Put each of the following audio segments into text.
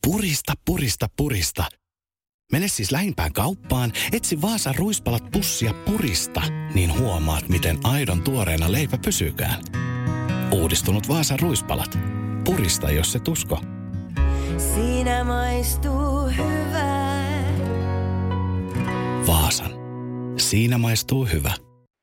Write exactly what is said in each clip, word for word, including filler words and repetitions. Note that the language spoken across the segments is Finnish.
Purista, purista, purista. Mene siis lähimpään kauppaan, etsi Vaasan ruispalat pussia purista, niin huomaat, miten aidon tuoreena leipä pysykään. Uudistunut Vaasan ruispalat. Purista, jos se usko. Siinä maistuu hyvää. Vaasan. Siinä maistuu hyvä.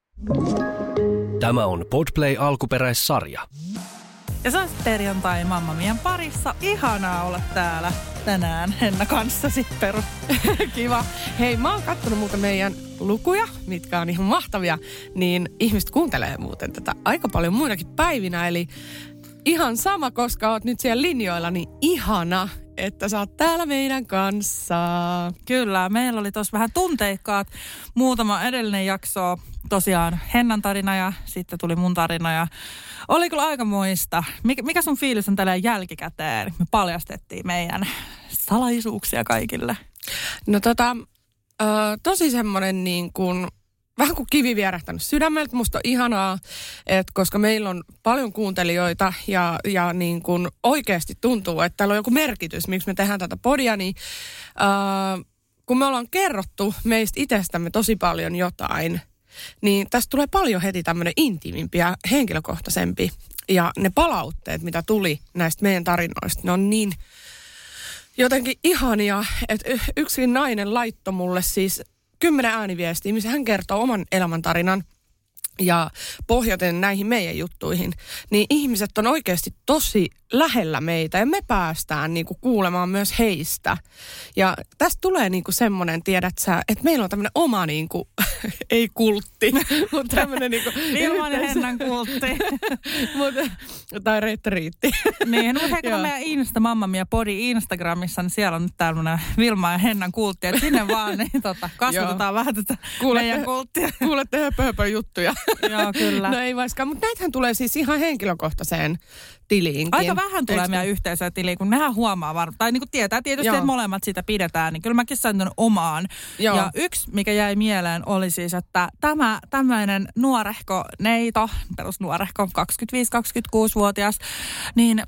Tämä on Podplay alkuperäissarja. Ja se on perjantai Mamma Mian parissa. Ihanaa olla täällä tänään Henna kanssasi, Peru. Kiva. Hei, mä oon kattonut muuten meidän lukuja, mitkä on ihan mahtavia, niin ihmiset kuuntelee muuten tätä aika paljon muinakin päivinä. Eli ihan sama, koska oot nyt siellä linjoilla, niin ihana, että sä oot täällä meidän kanssa. Kyllä, meillä oli tossa vähän tunteikkaat. Muutama edellinen jakso, tosiaan Hennan tarina ja sitten tuli mun tarina ja oli kyllä aikamoista. Mikä, mikä sun fiilis on tällä jälkikäteen? Me paljastettiin meidän salaisuuksia kaikille. No tota, ö, tosi semmoinen niin kuin, vähän kuin kivi vierähtänyt sydämeltä. Musta on ihanaa, että koska meillä on paljon kuuntelijoita ja, ja niin kuin oikeasti tuntuu, että täällä on joku merkitys, miksi me tehdään tätä podia, niin ö, kun me ollaan kerrottu meistä itsestämme tosi paljon jotain, niin tästä tulee paljon heti tämmöinen intiimimpi ja henkilökohtaisempi. Ja ne palautteet, mitä tuli näistä meidän tarinoista, ne on niin jotenkin ihania, että yksi nainen laittoi mulle siis kymmenen ääniviestiä, missä hän kertoo oman elämäntarinan ja pohjaten näihin meidän juttuihin, niin ihmiset on oikeasti tosi lähellä meitä ja me päästään niinku kuulemaan myös heistä. Ja tästä tulee niinku semmoinen, tiedät sä, että meillä on tämmöinen oma niinku, ei kultti, mutta tämmöinen niinku Ilmainen Hennan kultti. tai retriitti. Niin, no hei, kun meidän Insta, Mamma Mia Podi Instagramissa, niin siellä on nyt tämmöinen Vilma ja Hennan kultti, että sinne vaan niin tota, kasvatetaan vähän tätä kuulette, meidän kulttia. Kuulette höpö, höpö juttuja. Joo, kyllä. No ei vaiskaan, mutta näitähän tulee siis ihan henkilökohtaiseen tiliinkin. Aika vähän tulee meidän yhteisöä tiliin, kun nehän huomaa varmaan, tai niin kuin tietää tietysti, Joo. että molemmat sitä pidetään, niin kyllä mäkin sain ton omaan. Joo. Ja yksi, mikä jäi mieleen, oli siis, että tämä tämmöinen nuorehko neito, perusnuorehko, kaksikymmentäviisi kaksikymmentäkuusi-vuotias, niin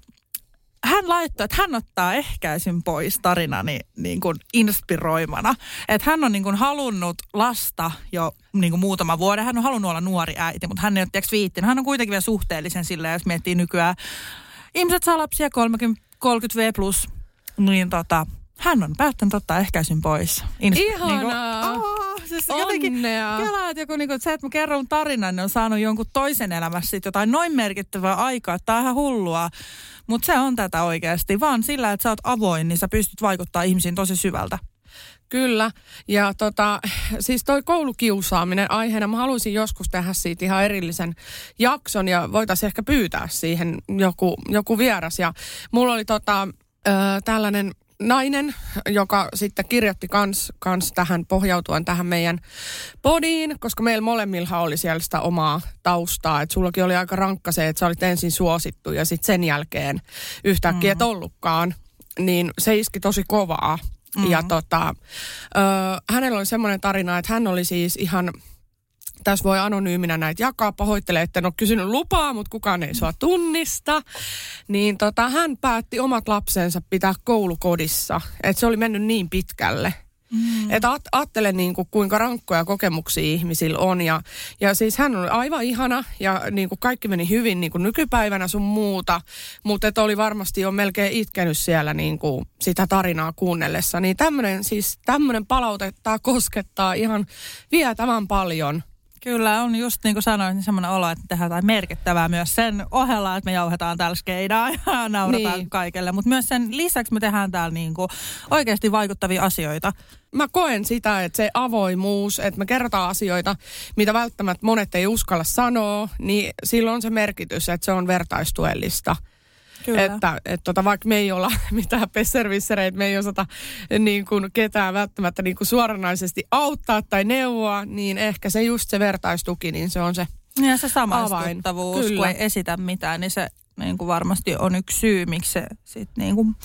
hän laittoi, että hän ottaa ehkäisyn pois tarinani niin kuin inspiroimana. Että hän on niin kuin halunnut lasta jo niin kuin muutama vuoden. Hän on halunnut olla nuori äiti, mutta hän ei ole tiiäks viittinyt. Hän on kuitenkin vielä suhteellisen silleen, jos miettii nykyään. Ihmiset saa lapsia kolmekymmentä vuotta plus, niin tota, hän on päättänyt ottaa ehkäisyn pois. Insp- Ihanaa! Niin kuin, oh, siis Onnea! Kelaa, että joku, niin kuin, se, että mä kerron tarinan, niin on saanut jonkun toisen elämässä sit jotain noin merkittävää aikaa. Tämä on ihan hullua. Mutta se on tätä oikeasti. Vaan sillä, että sä oot avoin, niin sä pystyt vaikuttaa ihmisiin tosi syvältä. Kyllä. Ja tota, siis toi koulukiusaaminen aiheena, mä haluaisin joskus tehdä siitä ihan erillisen jakson ja voitaisiin ehkä pyytää siihen joku, joku vieras. Ja mulla oli tota, ö, tällainen nainen, joka sitten kirjoitti kans, kans tähän pohjautuen tähän meidän podiin, koska meillä molemmilla oli siellä sitä omaa taustaa. Että sullakin oli aika rankka se, että sä olit ensin suosittu ja sitten sen jälkeen yhtäkkiä et ollutkaan. Niin se iski tosi kovaa. Mm-hmm. Ja tota, ö, hänellä oli semmoinen tarina, että hän oli siis ihan, tässä voi anonyyminä näitä jakaa, pahoittelee, että en ole kysynyt lupaa, mutta kukaan ei sua tunnista. Niin tota, hän päätti omat lapsensa pitää koulukodissa, että se oli mennyt niin pitkälle. Mm. Että at, ajattele niin kuin, kuinka rankkoja kokemuksia ihmisillä on. Ja, ja siis hän oli aivan ihana ja niin kuin kaikki meni hyvin niin kuin nykypäivänä sun muuta. Mutta että oli varmasti jo melkein itkenyt siellä niin kuin sitä tarinaa kuunnellessa. Niin tämmöinen siis, tämmöinen palaute, tämä koskettaa ihan vietävän paljon. Kyllä, on just niin kuin sanoin, niin semmoinen olo, että tehdään jotain merkittävää myös sen ohella, että me jauhetaan täällä skeidaa ja naurataan niin kaikelle. Mutta myös sen lisäksi me tehdään täällä niin kuin oikeasti vaikuttavia asioita. Mä koen sitä, että se avoimuus, että me kerrotaan asioita, mitä välttämättä monet ei uskalla sanoa, niin silloin on se merkitys, että se on vertaistuellista. Kyllä. Että et tota, vaikka me ei olla mitään besservissereitä, me ei osata niin kuin ketään välttämättä niin kuin suoranaisesti auttaa tai neuvoa, niin ehkä se just se vertaistuki, niin se on se ja se samaistuttavuus, kun ei esitä mitään, niin se niin kuin varmasti on yksi syy, miksi se sitten niin kuin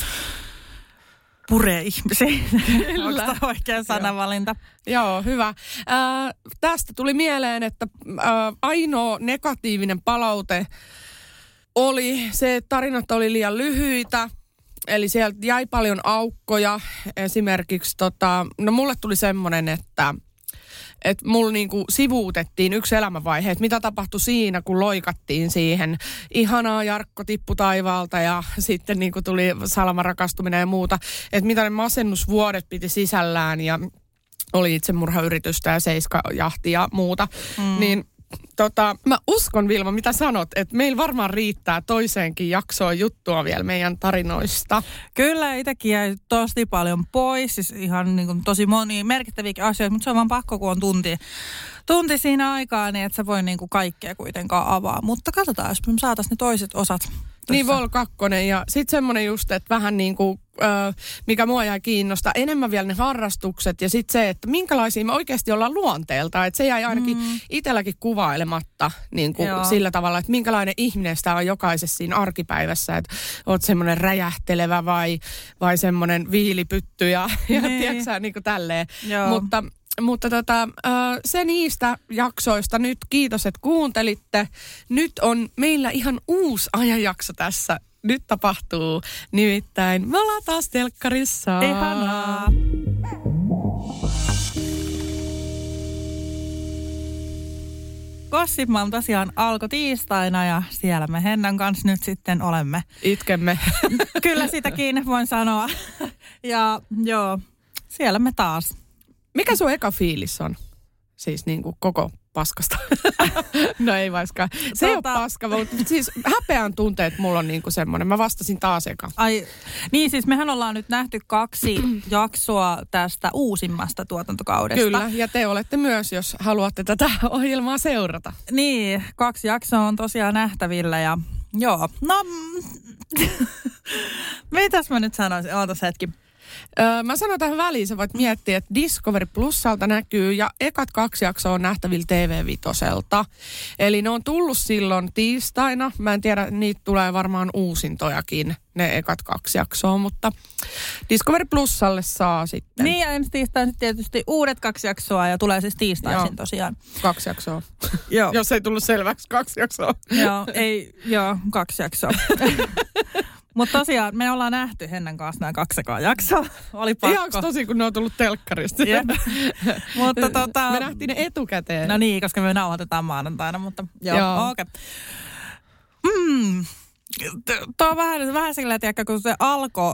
puree ihmisiä. Onko tämä oikea sanavalinta? Joo, Joo hyvä. Äh, tästä tuli mieleen, että äh, ainoa negatiivinen palaute oli se, että tarinat oli liian lyhyitä eli sieltä jäi paljon aukkoja. Esimerkiksi, tota, no mulle tuli semmoinen, että että mulla niinku sivuutettiin yksi elämänvaihe, että mitä tapahtui siinä, kun loikattiin siihen. Ihanaa Jarkko tippu taivaalta ja sitten niinku tuli salamarakastuminen ja muuta. Että mitä ne masennusvuodet piti sisällään ja oli itsemurhayritystä ja seiskajahti ja muuta. Mm. Niin tota, mä uskon, Vilma, mitä sanot, että meillä varmaan riittää toiseenkin jaksoon juttua vielä meidän tarinoista. Kyllä, itsekin jäi tosi paljon pois, siis ihan niin kuin tosi monia merkittäviäkin asioita, mutta se on vaan pakko, kun on tunti, tunti siinä aikaa, niin että sä voi niin kuin kaikkea kuitenkaan avaa. Mutta katsotaan, jos me saataisiin ne toiset osat. Tossa. Niin, Vol kakkonen ja sitten semmoinen just, että vähän niin kuin, äh, mikä mua jäi kiinnostaa, enemmän vielä ne harrastukset ja sitten se, että minkälaisia me oikeasti ollaan luonteelta. Että se jäi ainakin mm. itselläkin kuvailematta niin kuin sillä tavalla, että minkälainen ihminen sitä on jokaisessa siinä arkipäivässä. Että oot semmoinen räjähtelevä vai, vai semmoinen viilipytty ja, ja niin. tiedätkö niin kuin tälleen. Joo. Mutta... Mutta tota, se niistä jaksoista nyt. Kiitos, että kuuntelitte. Nyt on meillä ihan uusi ajanjakso tässä. Nyt tapahtuu nimittäin. Me ollaan taas telkkarissa. Ihanaa. Gossip Mom tosiaan alkoi tiistaina ja siellä me Hennan kanssa nyt sitten olemme. Itkemme. Kyllä sitäkin voin sanoa. Ja joo, siellä me taas. Mikä sun eka fiilis on? Siis niin kuin koko paskasta. No ei vaikka. Se tota... ei ole paska, mutta siis häpeän tunteet mulla on niin kuin semmoinen. Mä vastasin taas eka. Ai, niin siis mehän ollaan nyt nähty kaksi jaksoa tästä uusimmasta tuotantokaudesta. Kyllä, ja te olette myös, jos haluatte tätä ohjelmaa seurata. Niin, kaksi jaksoa on tosiaan nähtävillä ja joo. No, mitäs mä nyt sanoisin? Ootas hetki. Öö, mä sanon tähän väliin, sä voit miettiä, että Discovery Plusalta näkyy ja ekat kaksi jaksoa on nähtävillä T V Vitoselta. Eli ne on tullut silloin tiistaina. Mä en tiedä, niitä tulee varmaan uusintojakin, ne ekat kaksi jaksoa, mutta Discovery Plusalle saa sitten. Niin ja ensi tiistaina tietysti uudet kaksi jaksoa ja tulee siis tiistaisin joo. tosiaan. Kaksi jaksoa. Joo. Jos ei tullut selväksi, kaksi jaksoa. Joo, ei, joo, kaksi jaksoa. Mutta tosiaan me ollaan nähty Hennan kanssa nämä kaksi ekaa jaksoa. Oli pakko. Ihanko tosi, kun ne on tullut telkkarista? Mutta tota... Me nähtiin ne etukäteen. No niin, koska me nauhoitetaan maanantaina, mutta joo, joo. okei. Okay. Mm. Tuo on vähän, vähän silleen, tiedäkö, kun se alkoi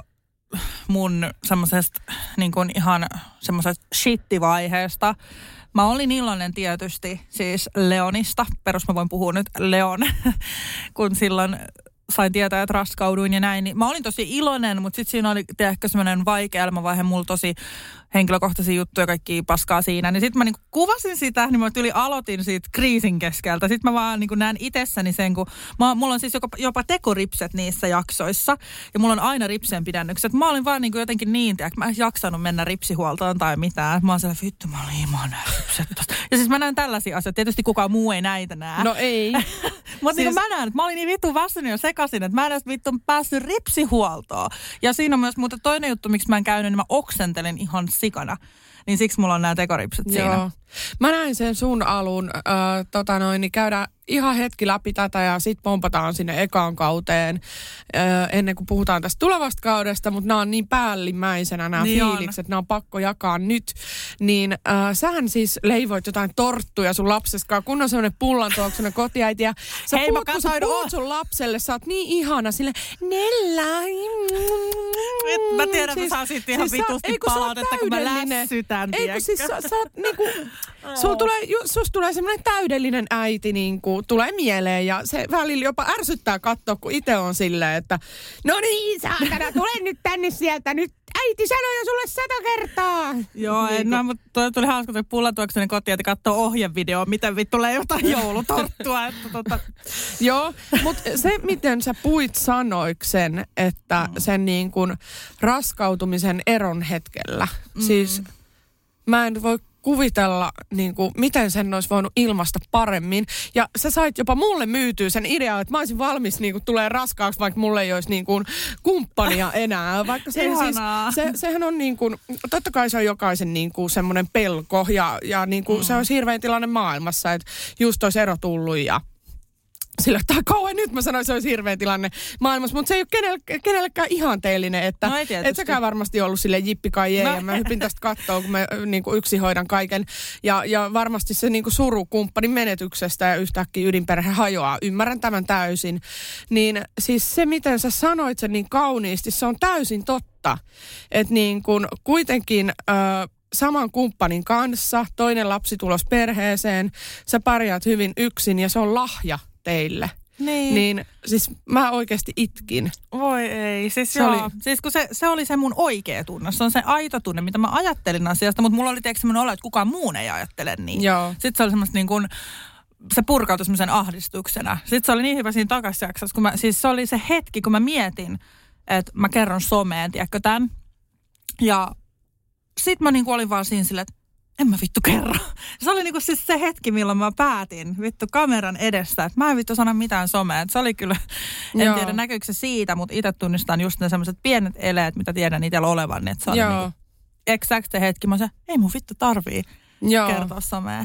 mun semmosesta niin kuin ihan semmosesta shittivaiheesta. Mä olin iloinen tietysti siis Leonista. Perus mä voin puhua nyt Leon, kun silloin... sain tietää, että raskauduin ja näin, niin mä olin tosi iloinen, mutta sitten siinä oli ehkä semmoinen vaikea elämänvaihe, mulla tosi henkilökohtaisia juttuja, kaikki paskaa siinä. Niin sitten mä niinku kuvasin sitä, niin mä yli aloitin siitä kriisin keskeltä. Sitten mä vaan niinku näen itsessäni sen, kun mä, mulla on siis jopa, jopa tekoripset niissä jaksoissa. Ja mulla on aina ripsien pidennykset. Mä olin vaan niinku jotenkin niin, että mä en jaksanut mennä ripsihuoltoon tai mitään. Mä oon siellä, vittu, mä olin iman ripset tosta. Ja siis mä näen tällaisia asioita. Tietysti kukaan muu ei näitä näe. No ei. Mutta siis... niin mä näen, että mä olin niin vittu väsynyt ja sekaisin, että mä en edes vittu päässyt ripsihuoltoon. Ja siinä on myös muuten toinen juttu, miksi mä en käynyt, niin mä oksentelin ihan sikana. Niin siksi mulla on nämä tekoripset siinä. Joo. Mä näin sen sun alun, äh, tota noin, niin käydään ihan hetki läpi tätä ja sit pompataan sinne ekaan kauteen äh, ennen kuin puhutaan tästä tulevasta kaudesta, mutta nämä on niin päällimmäisenä nämä niin fiilikset, nämä on pakko jakaa nyt. Niin äh, sähän siis leivoit jotain torttuja sun lapseskaan, kun on semmoinen pullantuoksunen kotiäiti ja sä Hei, puhut, kun sä puhut sun lapselle, sä oot niin ihana sille Nella. Mm, mä tiedän, siis, että sä sit ihan siis vitusti palautetta, kun mä lässytän, tiedätkö? Ei, kun siis sä, sä oot niinku... Sul tulee, sus tulee semmoinen täydellinen äiti, niin kuin, tulee mieleen ja se välillä jopa ärsyttää katsoa, kun itse on silleen, että no niin, saatana, tule nyt tänne sieltä, nyt äiti sanoi jo sulle sata kertaa. Joo, niin, no, mutta toi tuli hauska, että pullatuoksunen kotiin, että katsoo ohjevideoa, miten vittu tulee jotain joulutorttua. Että tota. Joo, mutta se, miten sä puit sanoiksen, että sen niin kuin raskautumisen eron hetkellä, mm. siis mä en voi kuvitella, niin kuin, miten sen olisi voinut ilmaista paremmin. Ja sä sait jopa mulle myytyä sen ideaa, että mä olisin valmis niin kuin, tulee raskaaksi, vaikka mulle ei olisi niin kuin, kumppania enää. Vaikka se, siis, se, sehän on niin kuin, totta kai se on jokaisen niin kuin, semmoinen pelko ja, ja niin kuin, mm. se olisi hirveän tilanne maailmassa, että just olisi ero tullut ja sillä että kauan nyt mä sanoin, se olisi hirveä tilanne maailmassa, mutta se ei ole kenelle, kenellekään ihanteellinen, että no et säkään varmasti ollut silleen jippikai jee, no. ja mä hypin tästä kattoon, kun mä niin kuin yksin hoidan kaiken. Ja, ja varmasti se niin kuin suru kumppanin menetyksestä ja yhtäkkiä ydinperhe hajoaa, ymmärrän tämän täysin. Niin siis se, miten sä sanoit sen niin kauniisti, se on täysin totta. Että niin kuin kuitenkin... Öö, saman kumppanin kanssa, toinen lapsi tulos perheeseen, sä pärjäät hyvin yksin ja se on lahja teille. Niin. Niin siis mä oikeasti itkin. Voi ei, siis se joo. Oli... Siis kun se, se oli se mun oikea tunne, se on se aito tunne, mitä mä ajattelin asiasta, mutta mulla oli tietysti semmoinen olo, että kukaan muun ei ajattele niin. Joo. Sitten se oli semmoista niin kuin, se purkautui semmoisen ahdistuksena. Sitten se oli niin hyvä siinä takasjaksossa, kun mä, siis se oli se hetki, kun mä mietin, että mä kerron someen, tiedätkö tämän, ja sitten mä niinku olin vaan siinä silleen, että en mä vittu kerro. Se oli niinku siis se hetki, milloin mä päätin vittu kameran edessä, että mä en vittu sano mitään somea. Se oli kyllä, en Joo. tiedä näkyykö se siitä, mutta itse tunnistan just ne sellaiset pienet eleet, mitä tiedän itsellä olevan. Että se oli niinku exact se hetki. Mä sanoin, ei mun vittu tarvii Joo. kertoa somea.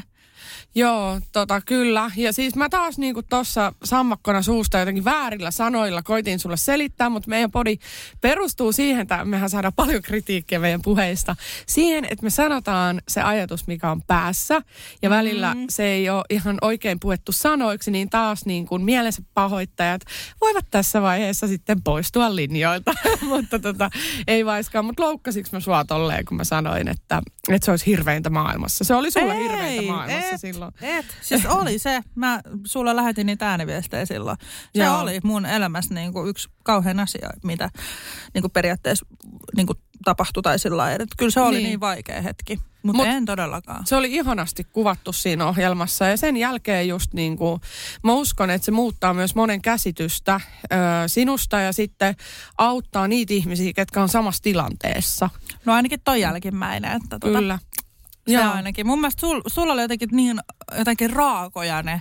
Joo, tota kyllä. Ja siis mä taas niinku tossa sammakkona suusta jotenkin väärillä sanoilla koitin sulle selittää, mutta meidän podi perustuu siihen, että mehän saadaan paljon kritiikkiä meidän puheista, siihen, että me sanotaan se ajatus, mikä on päässä, ja välillä mm-hmm. se ei ole ihan oikein puettu sanoiksi, niin taas niin kuin mielensä pahoittajat voivat tässä vaiheessa sitten poistua linjoilta, mutta tota, ei vaiskaan. Mutta loukkasiko mä sua tolleen, kun mä sanoin, että, että se olisi hirveintä maailmassa? Se oli sulle ei, hirveintä maailmassa. Et, silloin. Et. Siis oli se. Mä sulle lähetin niitä ääniviestejä silloin. Se Joo. oli mun elämässä niinku yksi kauhean asia, mitä niinku periaatteessa niinku tapahtui tai sillä lailla. Kyllä se oli niin, niin vaikea hetki. Mutta Mut en todellakaan. Se oli ihanasti kuvattu siinä ohjelmassa ja sen jälkeen just niin kuin, mä uskon, että se muuttaa myös monen käsitystä ö, sinusta ja sitten auttaa niitä ihmisiä, ketkä on samassa tilanteessa. No ainakin toi jälkimmäinen. Että tuota, Kyllä. Se Joo. ainakin. Mun mielestä sul, sulla oli jotenkin niin jotenkin raakoja ne,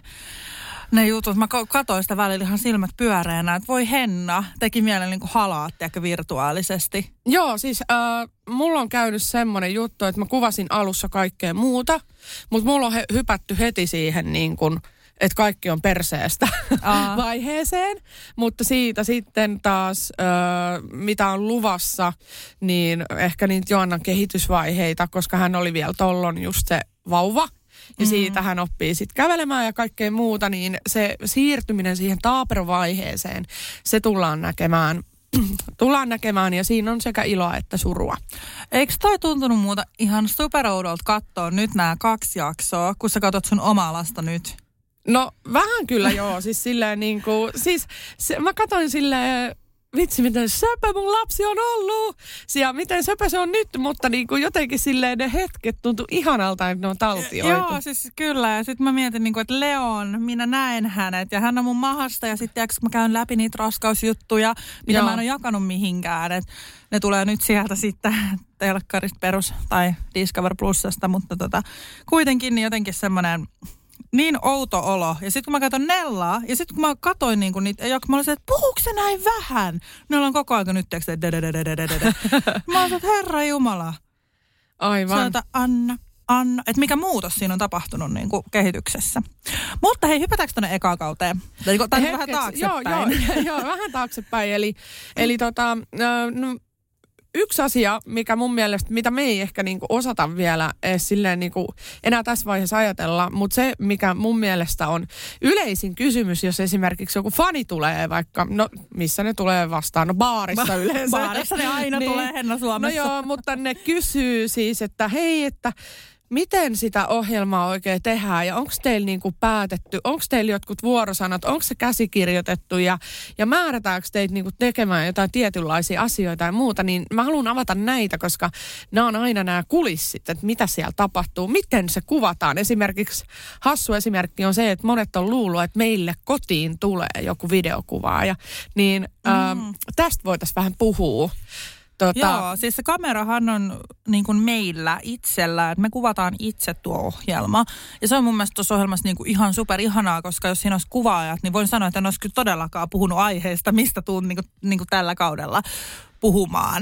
ne jutut. Mä katsoin sitä välillä ihan silmät pyöreänä, että voi Henna, teki mielen niin kuin halaat, tiedäkö, virtuaalisesti. Joo, siis äh, mulla on käynyt semmoinen juttu, että mä kuvasin alussa kaikkea muuta, mutta mulla on he, hypätty heti siihen niin kuin, että kaikki on perseestä vaiheeseen. Mutta siitä sitten taas, ö, mitä on luvassa, niin ehkä niitä Joannan kehitysvaiheita, koska hän oli vielä tollon just se vauva. Ja mm-hmm. siitä hän oppii sitten kävelemään ja kaikkea muuta, niin se siirtyminen siihen taaperovaiheeseen, se tullaan näkemään. Tullaan näkemään ja siinä on sekä iloa että surua. Eikö toi tuntunut muuta ihan superoudolta katsoa nyt nämä kaksi jaksoa, kun sä katsot sun omaa lasta nyt? No vähän kyllä joo, siis silleen niin kuin, siis se, mä katsoin silleen, vitsi miten söpö mun lapsi on ollut ja miten söpö se on nyt, mutta niin kuin jotenkin silleen ne hetket tuntui ihanalta, että ne on taltioitu. Joo, siis kyllä ja sitten mä mietin niin kuin, että Leon, minä näen hänet ja hän on mun mahasta ja sitten mä käyn läpi niitä raskausjuttuja, mitä joo. mä en ole jakanut mihinkään, että ne tulee nyt sieltä sitten telkkarista perus tai Discover Plusasta, mutta tota, kuitenkin niin jotenkin semmoinen niin outo olo. Ja sitten kun mä katson Nellaa, ja sitten kun mä katsoin niinku niitä, mä olin se, että puhuuko se näin vähän? Nella on koko ajan nyt teksti, dedededededede. Mä olin että herra jumala. Aivan. Sanotaan Anna, Anna. Että mikä muutos siinä on tapahtunut niinku kehityksessä. Mutta hei, hypätäänkö tuonne ekaan kauteen? Tai, tai vähän taaksepäin. Joo, joo, joo, vähän taaksepäin. Eli, eli tota... No, yksi asia, mikä mun mielestä, mitä me ei ehkä niinku osata vielä edes silleen niinku enää tässä vaiheessa ajatella, mutta se, mikä mun mielestä on yleisin kysymys, jos esimerkiksi joku fani tulee vaikka, no missä ne tulee vastaan, no baarissa ba- yleensä. Baarissa ne aina niin, tulee Henna Suomessa. No joo, mutta ne kysyy siis, että hei, että miten sitä ohjelmaa oikein tehdään ja onko teillä niinku päätetty, onko teillä jotkut vuorosanat, onko se käsikirjoitettu ja, ja määrätäänkö teitä niinku tekemään jotain tietynlaisia asioita ja muuta, niin mä haluan avata näitä, koska nämä on aina nämä kulissit, että mitä siellä tapahtuu, miten se kuvataan. Esimerkiksi hassu esimerkki on se, että monet on luullut, että meille kotiin tulee joku videokuvaaja, niin mm. ähm, tästä voitaisiin vähän puhua. Tota... Joo, siis se kamerahan on niin kuin meillä itsellä, että me kuvataan itse tuo ohjelma. Ja se on mun mielestä tuossa ohjelmassa niin kuin ihan super ihanaa, koska jos siinä olisi kuvaajat, niin voin sanoa, että en olisi kyllä todellakaan puhunut aiheesta, mistä tuun niin kuin, niin kuin tällä kaudella puhumaan.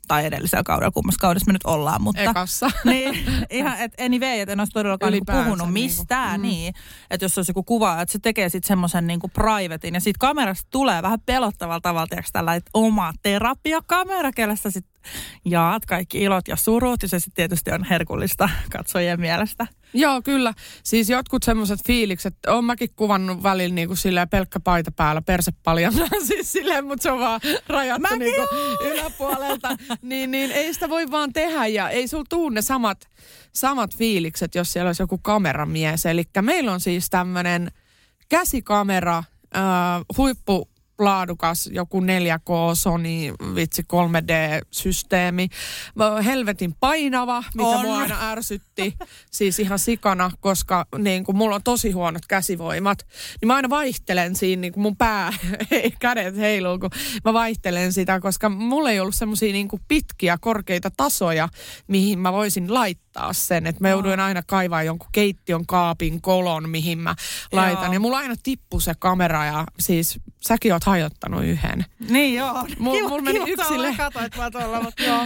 tai edellisellä kaudella, kummassa kaudessa me nyt ollaan. Mutta, Ekassa. Niin, ihan, että anyway, että en olisi todellakaan niinku puhunut mistään niinku, niin, että jos olisi joku kuva, että se tekee sitten semmoisen niinku privatein ja siitä kamerasta tulee vähän pelottavalla tavalla, tiedätkö, tällainen oma terapiakamera, kelessä sitten jaat kaikki ilot ja surut, ja se sitten tietysti on herkullista katsojien mielestä. Joo, kyllä. Siis jotkut semmoiset fiilikset, on mäkin kuvannut välillä niinku silleen pelkkä paita päällä, perse paljana, siis silleen, mutta se on vaan rajattu niinku yläpuolelta. niin, niin ei sitä voi vaan tehdä, ja ei sul tuu ne samat, samat fiilikset, jos siellä olisi joku kameramies. Eli meillä on siis tämmöinen käsikamera, äh, huippu, laadukas, joku neljä K Sony, vitsi kolme D-systeemi. Helvetin painava, mikä on. mua aina ärsytti. Siis ihan sikana, koska niin kun mulla on tosi huonot käsivoimat. Niin mä aina vaihtelen siinä, niin kun mun pää, ei kädet heiluu, kun mä vaihtelen sitä, koska mulla ei ollut semmosia niin kun pitkiä, korkeita tasoja, mihin mä voisin laittaa sen. Että mä jouduin aina kaivaa jonkun keittiön kaapin kolon, mihin mä laitan. Joo. Ja mulla aina tippui se kamera ja siis säkin oot hajottanut yhden. Niin joo. Mulla mul meni yksille. Katoit vaan tuolla, mutta joo.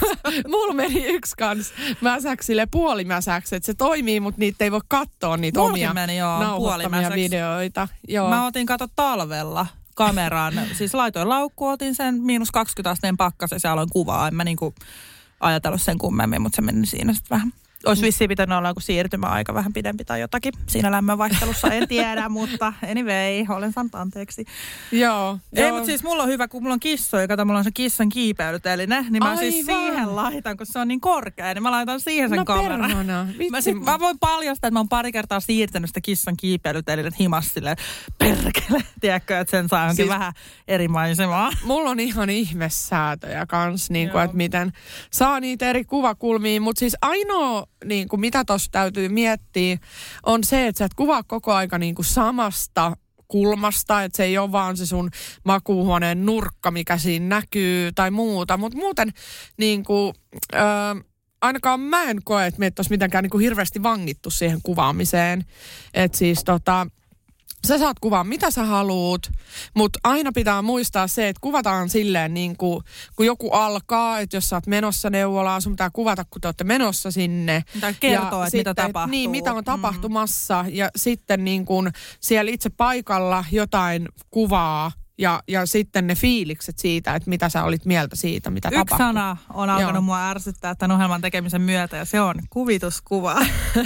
Mulla meni yksi kans mäsäksille puolimäsäksi, että se toimii, mutta niitä ei voi katsoa niitä Mulkin omia meni, joo, nauhoittamia videoita. Joo. Mä otin kato talvella kameraan, siis laitoin laukku, otin sen miinus kaksikymmentä asteen pakkasessa ja aloin kuvaa. En mä niinku ajatellut sen kummemmin, mutta se meni siinä sitten vähän. Olisi vissiin pitänyt olla joku siirtymäaika vähän pidempi tai jotakin siinä lämmönvaihtelussa, en tiedä, mutta anyway, olen saanut anteeksi. Joo. Ei, joo. mutta siis mulla on hyvä, kun mulla on kissoja, kato, mulla on se kissan kiipeilyteline, niin mä Aivan. siis siihen laitan, kun se on niin korkea, niin mä laitan siihen sen no kameran. Perhana. Mä, sit, mä voin paljastaa, että mä oon pari kertaa siirtänyt sitä kissan kiipeilytelinet himas silleen, perkele, tiedätkö, että sen saa johonkin siis vähän eri maisemaa. Mulla on ihan ihmesäätöjä kans, niin kuin, että miten saa niitä eri kuvakulmiin, mutta siis ainoa niin kuin mitä tuossa täytyy miettiä, on se, että sä et kuvaa koko aika niin kuin samasta kulmasta, että se ei ole vaan se sun makuuhuoneen nurkka, mikä siinä näkyy tai muuta, mutta muuten niin kuin, äh, ainakaan mä en koe, että meitä olisi mitenkään niin kuin hirveästi vangittu siihen kuvaamiseen, että siis tota sä saat kuvaa mitä sä haluut, mutta aina pitää muistaa se, että kuvataan silleen niin kuin, kun joku alkaa, että jos sä oot menossa neuvolaan, sun pitää kuvata, kun te ootte menossa sinne. Tai kertoa, että mitä tapahtuu. Niin, mitä on tapahtumassa mm. ja sitten niin kuin siellä itse paikalla jotain kuvaa. Ja, ja sitten ne fiilikset siitä, että mitä sä olit mieltä siitä, mitä Yksi tapahtui. Yksi sana on alkanut Joo. mua ärsyttää tämän ohjelman tekemisen myötä, ja se on kuvituskuva.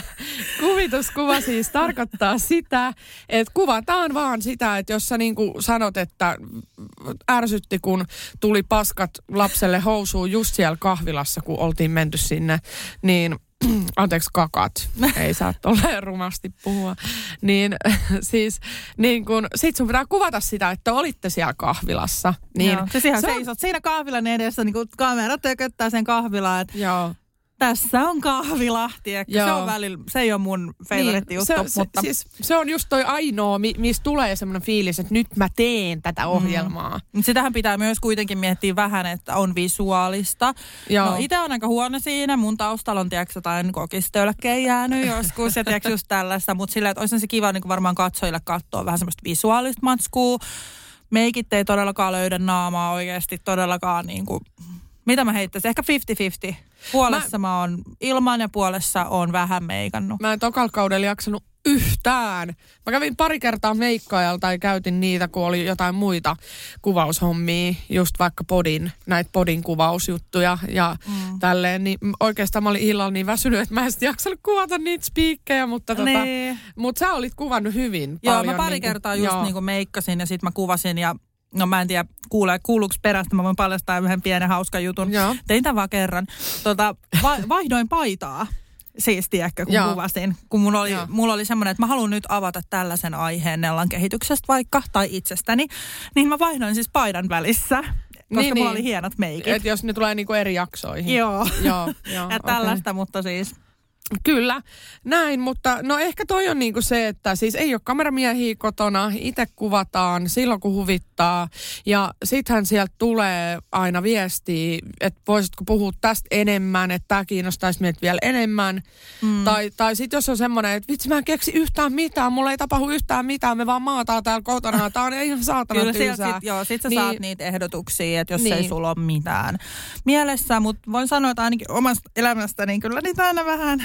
Kuvituskuva siis tarkoittaa sitä, että kuvataan vaan sitä, että jos sä niin kuin sanot, että ärsytti, kun tuli paskat lapselle housuun just siellä kahvilassa, kun oltiin menty sinne, niin anteeksi kakat, ei saa tolleen rumasti puhua, niin siis niin kun, sit sun pitää kuvata sitä, että olitte siellä kahvilassa. Niin, Joo, siis ihan se seisot on siinä kahvilan edessä, niin kun kamera tököttää sen kahvilaan, että Joo. tässä on kahvila, tiedätkö? Se on välillä, se ei ole mun favorite niin, juttu, se, mutta... Se, siis, se on just toi ainoa, mi, mistä tulee semmoinen fiilis, että nyt mä teen tätä ohjelmaa. Mm. Sitähän pitää myös kuitenkin miettiä vähän, että on visuaalista. Joo. No itse on aika huono siinä. Mun taustalla on, tiedätkö, jotain kokistölkkejä jäänyt joskus ja tiedätkö just tällaista. Mutta silleen, että olisi se kiva niin varmaan katsojille katsoa vähän semmoista visuaalista matskua. Meikit ei todellakaan löydä naamaa oikeasti todellakaan niin kuin... Mitä mä heittäisin? Ehkä viisikymmentä viisikymmentä. Puolessa mä, mä oon ilman ja puolessa oon vähän meikannut. Mä en tokalla kaudella jaksanut yhtään. Mä kävin pari kertaa meikkaajalla tai käytin niitä, kun oli jotain muita kuvaushommia. Just vaikka podin, näitä podin kuvausjuttuja ja mm. tälleen. Niin oikeastaan mä olin illalla niin väsynyt, että mä en sitten jaksanut kuvata niitä spiikkejä, mutta tota, niin. mut sä olit kuvannut hyvin. Joo, paljon, mä pari niin kuin, kertaa just niin kuin meikkasin ja sit mä kuvasin ja no mä en tiedä, kuulee, kuuluuko perästä, mä voin paljastaa yhden pienen hauskan jutun. Joo. Tein tämän vaan kerran. Tota, va- vaihdoin paitaa, siis tiedätkö, kun Joo. kuvasin. Kun mulla oli, mulla oli semmoinen, että mä haluan nyt avata tällaisen aiheen Nellan kehityksestä vaikka, tai itsestäni. Niin mä vaihdoin siis paidan välissä, koska niin, mulla niin. oli hienot meikit. Että jos ne tulee niinku eri jaksoihin. Joo. Joo, joo ja tällaista, okay. mutta siis... Kyllä, näin, mutta no ehkä toi on niinku se, että siis ei ole kameramiehiä kotona, itse kuvataan silloin kun huvittaa. jututtaa. Ja sittenhän sieltä tulee aina viestiä, että voisitko puhua tästä enemmän, että tämä kiinnostaisi meitä vielä enemmän. Mm. Tai, tai sitten jos on semmoinen, että vitsi mä en keksi yhtään mitään, mulla ei tapahdu yhtään mitään, me vaan maataan täällä kotona, tämä on ihan saatana Kyllä tylsää. Sit, joo, sit sä niin, saat niitä ehdotuksia, että jos niin. ei sulla ole mitään mielessä, mutta voin sanoa, että ainakin omasta elämästäni niin kyllä niitä aina vähän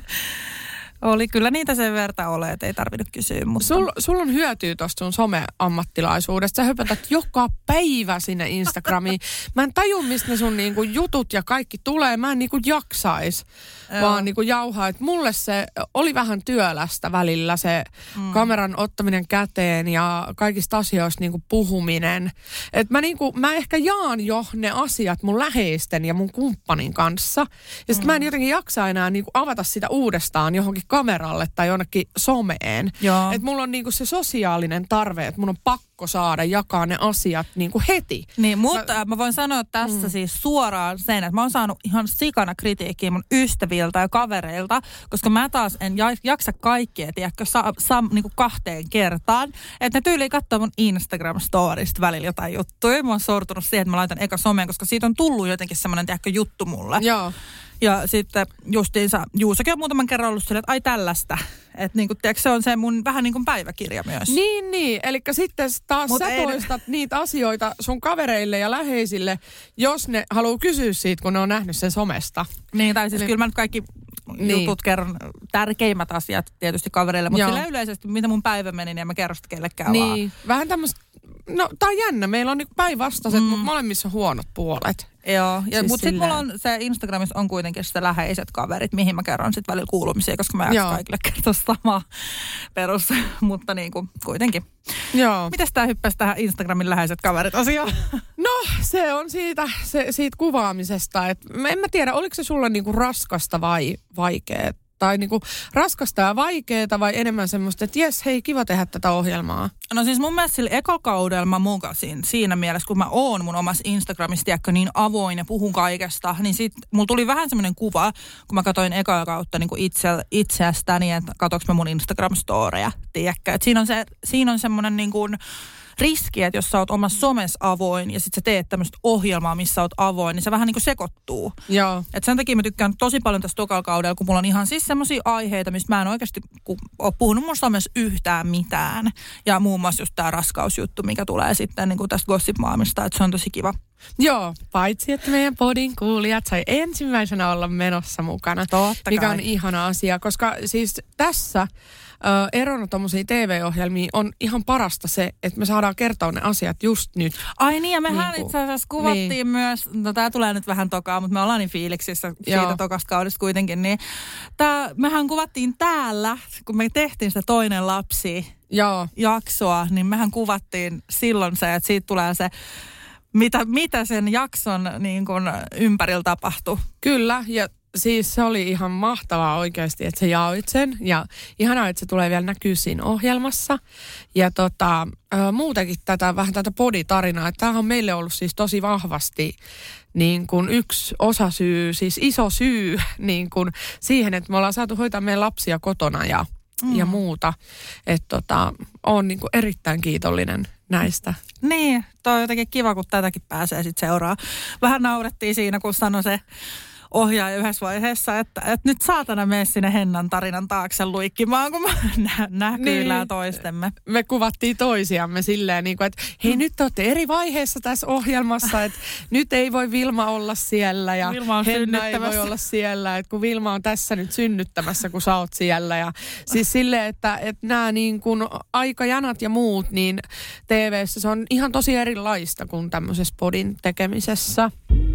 oli. Kyllä niitä sen verta ole, että ei tarvinnut kysyä. Mutta Sulla sul on hyötyä tuosta sun some-ammattilaisuudesta. Sä höpötät joka päivä sinne Instagramiin. Mä en taju, mistä ne sun niinku jutut ja kaikki tulee. Mä en niinku jaksais, vaan niinku jauhaa. Et mulle se oli vähän työlästä välillä se mm. kameran ottaminen käteen ja kaikista asioista niinku puhuminen. Et mä, niinku, mä ehkä jaan jo ne asiat mun läheisten ja mun kumppanin kanssa. Ja sit mm. mä en jotenkin jaksa enää niinku avata sitä uudestaan johonkin kameralle tai jonnekin someen. Että mulla on niinku se sosiaalinen tarve, että mun on pakko saada jakaa ne asiat niinku heti. Niin, mutta mä, mä voin sanoa tässä mm. siis suoraan sen, että mä oon saanut ihan sikana kritiikkiä mun ystäviltä ja kavereilta, koska mä taas en jaksa kaikkea, tiedätkö, sa, sa, niinku kahteen kertaan. Että ne tyyliin katsoo mun Instagram-storista välillä jotain juttuja. Mä oon sortunut siihen, että mä laitan eka someen, koska siitä on tullut jotenkin semmoinen, tiedätkö, juttu mulle. Joo. Ja sitten justiinsa Juusakin on muutaman kerran ollut silleen, että ai tällaista. Että niinku, tiedätkö, se on se mun vähän niin kuin päiväkirja myös. Niin, niin. Eli sitten taas Mut sä ei... toistat niitä asioita sun kavereille ja läheisille, jos ne haluaa kysyä siitä, kun ne on nähnyt sen somesta. Niin, tai siis Eli... kyllä mä nyt kaikki niin. jutut kerron, tärkeimmät asiat tietysti kavereille, mutta sillä yleisesti, mitä mun päivä meni, niin en mä kerro sitä kellekään niin. vaan. Vähän tämmöistä, no tää on jännä, meillä on niinku päinvastaiset, mm. mutta molemmissa huonot puolet. Joo, siis mutta sitten mulla on se Instagramissa on kuitenkin se läheiset kaverit, mihin mä kerron sitten välillä kuulumisia, koska mä en jaksa kaikille kertoa samaa perus, mutta niin kuin kuitenkin. Joo. Mites tää hyppäsi tähän Instagramin läheiset kaverit asiaan? No se on siitä, se, siitä kuvaamisesta, että en mä tiedä, oliko se sulle niinku raskasta vai vaikeaa? Tai niinku raskasta ja vaikeeta vai enemmän semmoista, että jes, hei, kiva tehdä tätä ohjelmaa? No siis mun mielestä sillä ekokaudella mä mukasin siinä mielessä, kun mä oon mun omassa Instagramissa, tiedätkö, niin avoin ja puhun kaikesta, niin sit mulla tuli vähän semmoinen kuva, kun mä katsoin ekaa kautta niin kuin itse, itsestäni, että katsoinko mä mun Instagram-storeja, tiedätkö. Että siinä on, se, siinä on semmoinen niin kuin riski, että jos sä oot omassa somessa avoin ja sit sä teet tämmöistä ohjelmaa, missä sä oot avoin, niin se vähän niin kuin sekoittuu. Joo. Et sen takia mä tykkään tosi paljon tästä tokalla kaudella, kun mulla on ihan siis semmoisia aiheita, mistä mä en oikeasti ole puhunut mun somessa yhtään mitään. Ja muun muassa just tää raskausjuttu, mikä tulee sitten niin kuin tästä gossip-maailmasta, että se on tosi kiva. Joo, paitsi että meidän podin kuulijat sai ensimmäisenä olla menossa mukana. Totta mikä kai. on ihana asia, koska siis tässä Ö, erona tommosia T V-ohjelmia on ihan parasta se, että me saadaan kertoa ne asiat just nyt. Ai niin, ja mehän niin itse asiassa kuvattiin niin. myös, no tää tulee nyt vähän tokaa, mutta me ollaan niin fiiliksissä siitä Joo. tokasta kaudesta kuitenkin, niin tää, mehän kuvattiin täällä, kun me tehtiin sitä toinen lapsi Joo. jaksoa, niin mehän kuvattiin silloin se, että siitä tulee se, mitä, mitä sen jakson niin kun ympärillä tapahtui. Kyllä, ja siis se oli ihan mahtavaa oikeasti, että sä jaoit sen ja ihanaa, että se tulee vielä näkyä siinä ohjelmassa. Ja tota, muutenkin tätä, vähän tätä poditarinaa, että tämähän on meille ollut siis tosi vahvasti niin kuin yksi osasyy, siis iso syy niin kuin siihen, että me ollaan saatu hoitaa meidän lapsia kotona ja, mm. ja muuta. Että tota, oon niin kuin erittäin kiitollinen näistä. Niin, toi on jotenkin kiva, kun tätäkin pääsee sitten seuraa. Vähän naurettiin siinä, kun sanoi se ohjaaja yhdessä vaiheessa, että, että nyt saatana mene sinne Hennan tarinan taakse luikkimaan, kun nä- näkyillään niin, toistemme. Me kuvattiin toisiamme silleen, niin kuin, että hei nyt te olette eri vaiheessa tässä ohjelmassa, että nyt ei voi Vilma olla siellä ja Henna ei voi olla siellä, että kun Vilma on tässä nyt synnyttämässä, kun sä oot siellä. Ja siis silleen, että, että nämä niin kuin aikajanat ja muut, niin T V:ssä se on ihan tosi erilaista kuin tämmöisessä podin tekemisessä.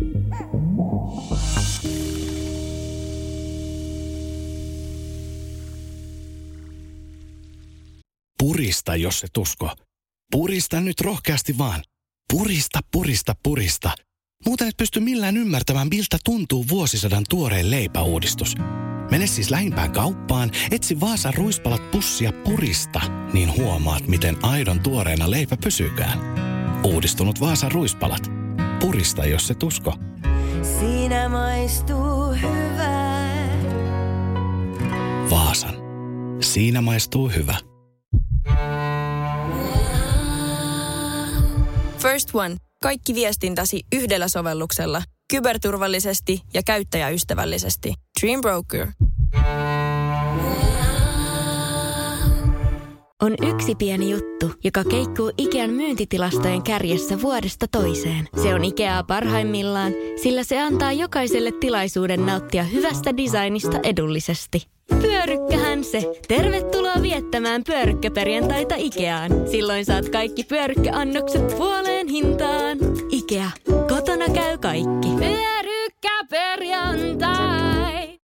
Purista, jos se tusko. Purista nyt rohkeasti vaan. Purista, purista, purista. Muuten et pysty millään ymmärtämään, miltä tuntuu vuosisadan tuoreen leipäuudistus. Mene siis lähimpään kauppaan, etsi Vaasan ruispalat pussia Purista, niin huomaat, miten aidon tuoreena leipä pysykään. Uudistunut Vaasan ruispalat. Purista, jos se tusko. Siinä maistuu hyvää. Vaasan. Siinä maistuu hyvä. First One. Kaikki viestintäsi yhdellä sovelluksella. Kyberturvallisesti ja käyttäjäystävällisesti. Dream Broker. On yksi pieni juttu, joka keikkuu Ikean myyntitilastojen kärjessä vuodesta toiseen. Se on Ikeaa parhaimmillaan, sillä se antaa jokaiselle tilaisuuden nauttia hyvästä designista edullisesti. Pyörykkähän se! Tervetuloa viettämään pyörykkäperjantaita Ikeaan. Silloin saat kaikki pyörykkäannokset puoleen hintaan. Ikea. Kotona käy kaikki. Pyörykkäperjantai!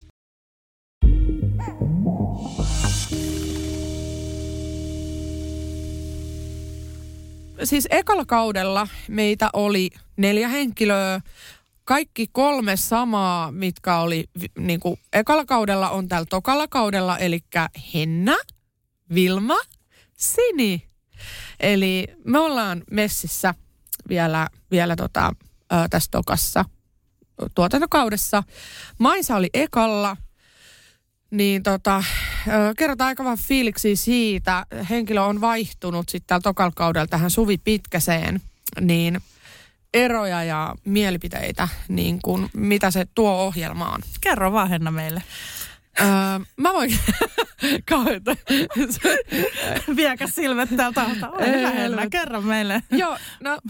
Siis ekalla kaudella meitä oli neljä henkilöä. Kaikki kolme samaa, mitkä oli niin kuin ekalla kaudella, on täällä tokalla kaudella, eli Henna, Vilma, Sini. Eli me ollaan messissä vielä, vielä tota, ää, tässä tokassa tuotantokaudessa. Maisa oli ekalla, niin tota, ää, kerrotaan aika vähän fiiliksiä siitä. Henkilö on vaihtunut sitten täällä tokalla kaudella tähän Suvi Pitkäseen, niin eroja ja mielipiteitä, niin kuin mitä se tuo ohjelmaan. Kerro vaan, Henna, meille. Öö, mä voin kauheeta. Viekäs silmät täältä alta. Ole hyvä, Henna, kerro meille. Joo, no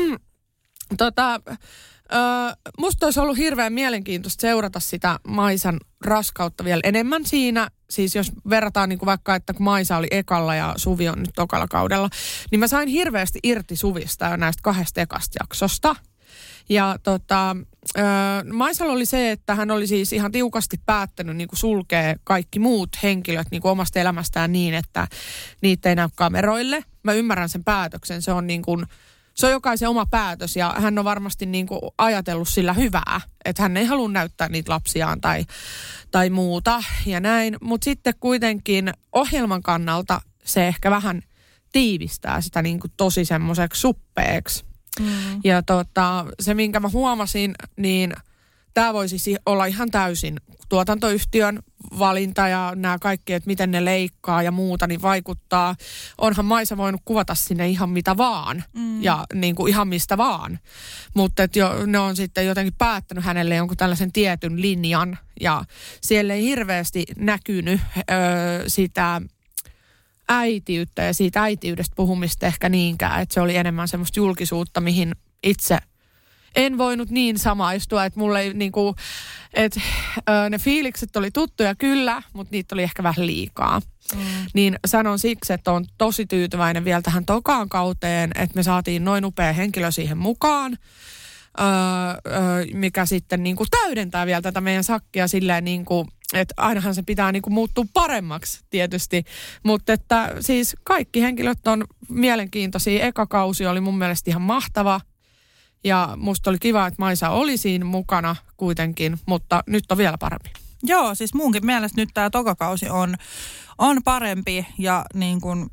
tota, öö, musta olisi ollut hirveän mielenkiintoista seurata sitä Maisan raskautta vielä enemmän siinä. Siis jos verrataan niin kuin vaikka, että kun Maisa oli ekalla ja Suvi on nyt tokalla kaudella, niin mä sain hirveästi irti Suvista ja näistä kahdesta ekasta jaksosta. Ja tota, ö, Maisalla oli se, että hän oli siis ihan tiukasti päättänyt niin kuin sulkea kaikki muut henkilöt niin kuin omasta elämästään niin, että niitä ei näy kameroille. Mä ymmärrän sen päätöksen, se on niin kuin, se on jokaisen oma päätös ja hän on varmasti niin kuin ajatellut sillä hyvää, että hän ei halua näyttää niitä lapsiaan tai, tai muuta ja näin. Mutta sitten kuitenkin ohjelman kannalta se ehkä vähän tiivistää sitä niin kuin tosi semmoiseksi suppeeksi. Mm. Ja tota, se, minkä mä huomasin, niin tämä voisi olla ihan täysin tuotantoyhtiön valinta ja nämä kaikki, että miten ne leikkaa ja muuta, niin vaikuttaa. Onhan Maisa voinut kuvata sinne ihan mitä vaan mm. ja niin kuin ihan mistä vaan. Mutta jo, ne on sitten jotenkin päättänyt hänelle jonkun tällaisen tietyn linjan ja siellä ei hirveästi näkynyt öö, sitä äitiyttä ja siitä äitiydestä puhumista ehkä niinkään, että se oli enemmän semmoista julkisuutta, mihin itse en voinut niin samaistua, että mulle ei niinku, että ne fiilikset oli tuttuja kyllä, mutta niitä oli ehkä vähän liikaa. Mm. Niin sanon siksi, että on tosi tyytyväinen vielä tähän tokaan kauteen, että me saatiin noin upea henkilö siihen mukaan, öö, öö, mikä sitten niinku täydentää vielä tätä meidän sakkia silleen niinku, että ainahan se pitää niinku muuttua paremmaksi tietysti, mutta että siis kaikki henkilöt on mielenkiintoisia. Eka kausi oli mun mielestä ihan mahtava ja musta oli kiva, että Maisa oli siinä mukana kuitenkin, mutta nyt on vielä parempi. Joo, siis munkin mielestä nyt tämä tokakausi on, on parempi ja niin kun,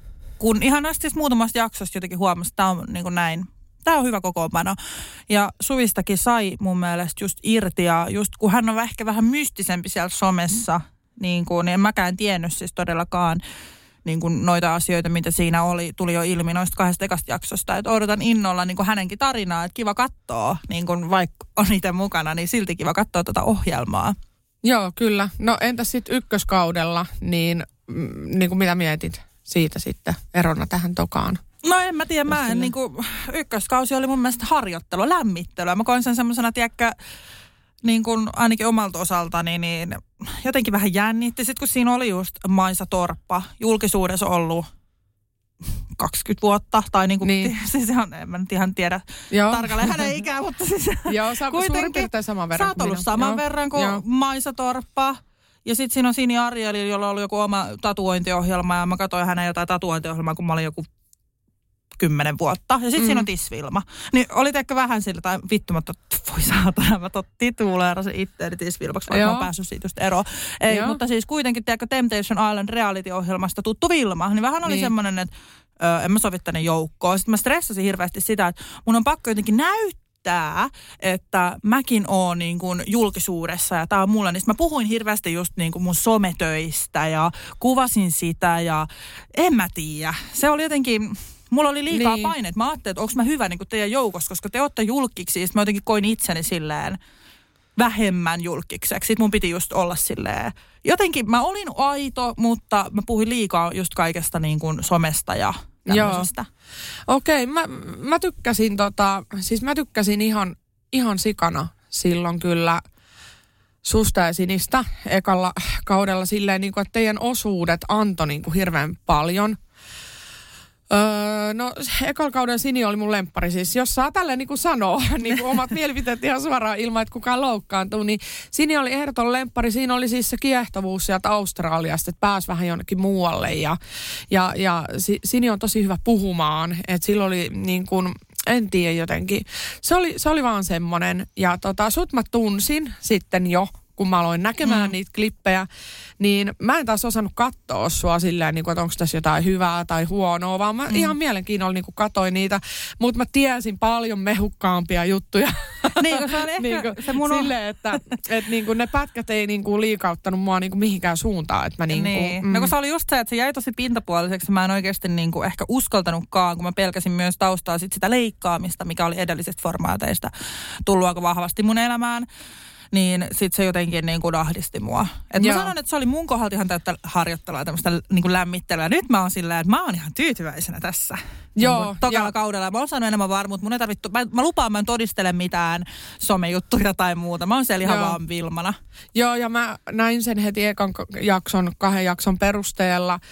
kun ihan asti siis muutamasta jaksosta jotenkin huomasi, että tämä on niin kuin näin. Tämä on hyvä kokoonpano. Ja Suvistakin sai mun mielestä just irti ja just kun hän on ehkä vähän mystisempi siellä somessa, niin, kuin, niin en mäkään tiennyt siis todellakaan niin kuin noita asioita, mitä siinä oli, tuli jo ilmi noista kahdesta ekasta jaksosta. Että odotan innolla niin kuin hänenkin tarinaa, että kiva katsoa, niin kuin vaikka on itse mukana, niin silti kiva katsoa tuota ohjelmaa. Joo, kyllä. No entäs sitten ykköskaudella, niin, niin kuin mitä mietit siitä sitten erona tähän tokaan? No en mä tiedä, mä en, niin kuin, ykköskausi oli mun mielestä harjoittelu, lämmittelyä. Mä koin sen semmoisena, tiedäkö, niin kuin ainakin omalta osaltani, niin jotenkin vähän jännitti. Sitten kun siinä oli just Maisa Torppa, julkisuudessa ollut kaksikymmentä vuotta, tai niin kuin, niin. Siis on, en mä nyt ihan tiedä Joo. tarkalleen hänen ikää, mutta siis Joo, sä suurin piirtein saman verran. Sä oot ollut saman Joo. verran kuin Joo. Maisa Torppa. Ja sitten siinä on Sini Arieli, jolla oli joku oma tatuointiohjelma, ja mä katsoin hänen jotain tatuointiohjelmaa, kun mä olin joku kymmenen vuotta. Ja sitten mm. siinä on Tiss-Vilma. Niin oli ehkä vähän sillä, tai vittu, mutta voi saatana, mä tituleerasin itseäni Tiss-Vilmaksi, vaikka mä oon päässyt siitä just eroon. Ei, Joo. mutta siis kuitenkin, tiedätkö, Temptation Island reality-ohjelmasta tuttu Vilma, niin vähän oli niin. semmoinen, että ö, en mä sovi tänne joukkoon. Sitten mä stressasin hirveästi sitä, että mun on pakko jotenkin näyttää, että mäkin oon niin kuin julkisuudessa ja tää on mulla. Niin mä puhuin hirveästi just niin kuin mun sometöistä ja kuvasin sitä ja en mä tiedä. Se oli jotenkin... Mulla oli liikaa niin. paineet. Mä ajattelin, että onko mä hyvä niin kuin teidän joukossa, koska te ootte julkiksi. Ja mä jotenkin koin itseni silleen vähemmän julkiseksi. Sitten mun piti just olla silleen. Jotenkin mä olin aito, mutta mä puhuin liikaa just kaikesta niin kuin somesta ja tämmöisestä. Okei, okay, mä, mä tykkäsin tota, siis mä tykkäsin ihan, ihan sikana silloin kyllä susta ja Sinistä ekalla kaudella silleen, niin kuin, että teidän osuudet antoi niin kuin hirveän paljon. Öö, no ekalla kauden Sini oli mun lemppari siis. Jos saa tälleen niin kuin sanoa niin kuin omat mielipiteet ihan suoraan ilman, että kukaan loukkaantuu, niin Sini oli ehdoton lemppari. Siinä oli siis se kiehtovuus sieltä Australiasta, että pääsi vähän jonnekin muualle. Ja, ja, ja Sini on tosi hyvä puhumaan, että sillä oli niin kuin, en tiedä jotenkin. Se oli, se oli vaan semmoinen. Ja tota, sut mä tunsin sitten jo, kun mä aloin näkemään mm. niitä klippejä, niin mä en taas osannut katsoa sua silleen, niin kuin, että onko tässä jotain hyvää tai huonoa, vaan mä mm. ihan mielenkiinnolla niin kuin katoin niitä, mutta mä tiesin paljon mehukkaampia juttuja. Niin, kun se oli ehkä niin kuin, se mun silleen, että et, niin kuin ne pätkät ei niin kuin liikauttanut mua niin kuin mihinkään suuntaan. Että mä niin kuin, niin. mm. No kun se oli just se, että se jäi tosi pintapuoliseksi, mä en oikeasti niin kuin ehkä uskaltanutkaan, kun mä pelkäsin myös taustaa sit sitä leikkaamista, mikä oli edellisistä formaateista tullut aika vahvasti mun elämään. Niin sit se jotenkin niin kuin ahdisti mua. Et mä sanon, että se oli mun kohdalta ihan täyttä harjoittelua, tämmöistä niin kuin lämmittelyä. Nyt mä oon silleen, että mä oon ihan tyytyväisenä tässä. Joo. Niin tokalla ja kaudella. Mä oon saanut enemmän varmuutta. Mun ei tarvittu, mä, mä lupaan, mä en todistele mitään somejuttuja tai muuta. Mä oon siellä ihan Joo. vaan Vilmana. Joo, ja mä näin sen heti ekan jakson, kahden jakson perusteella.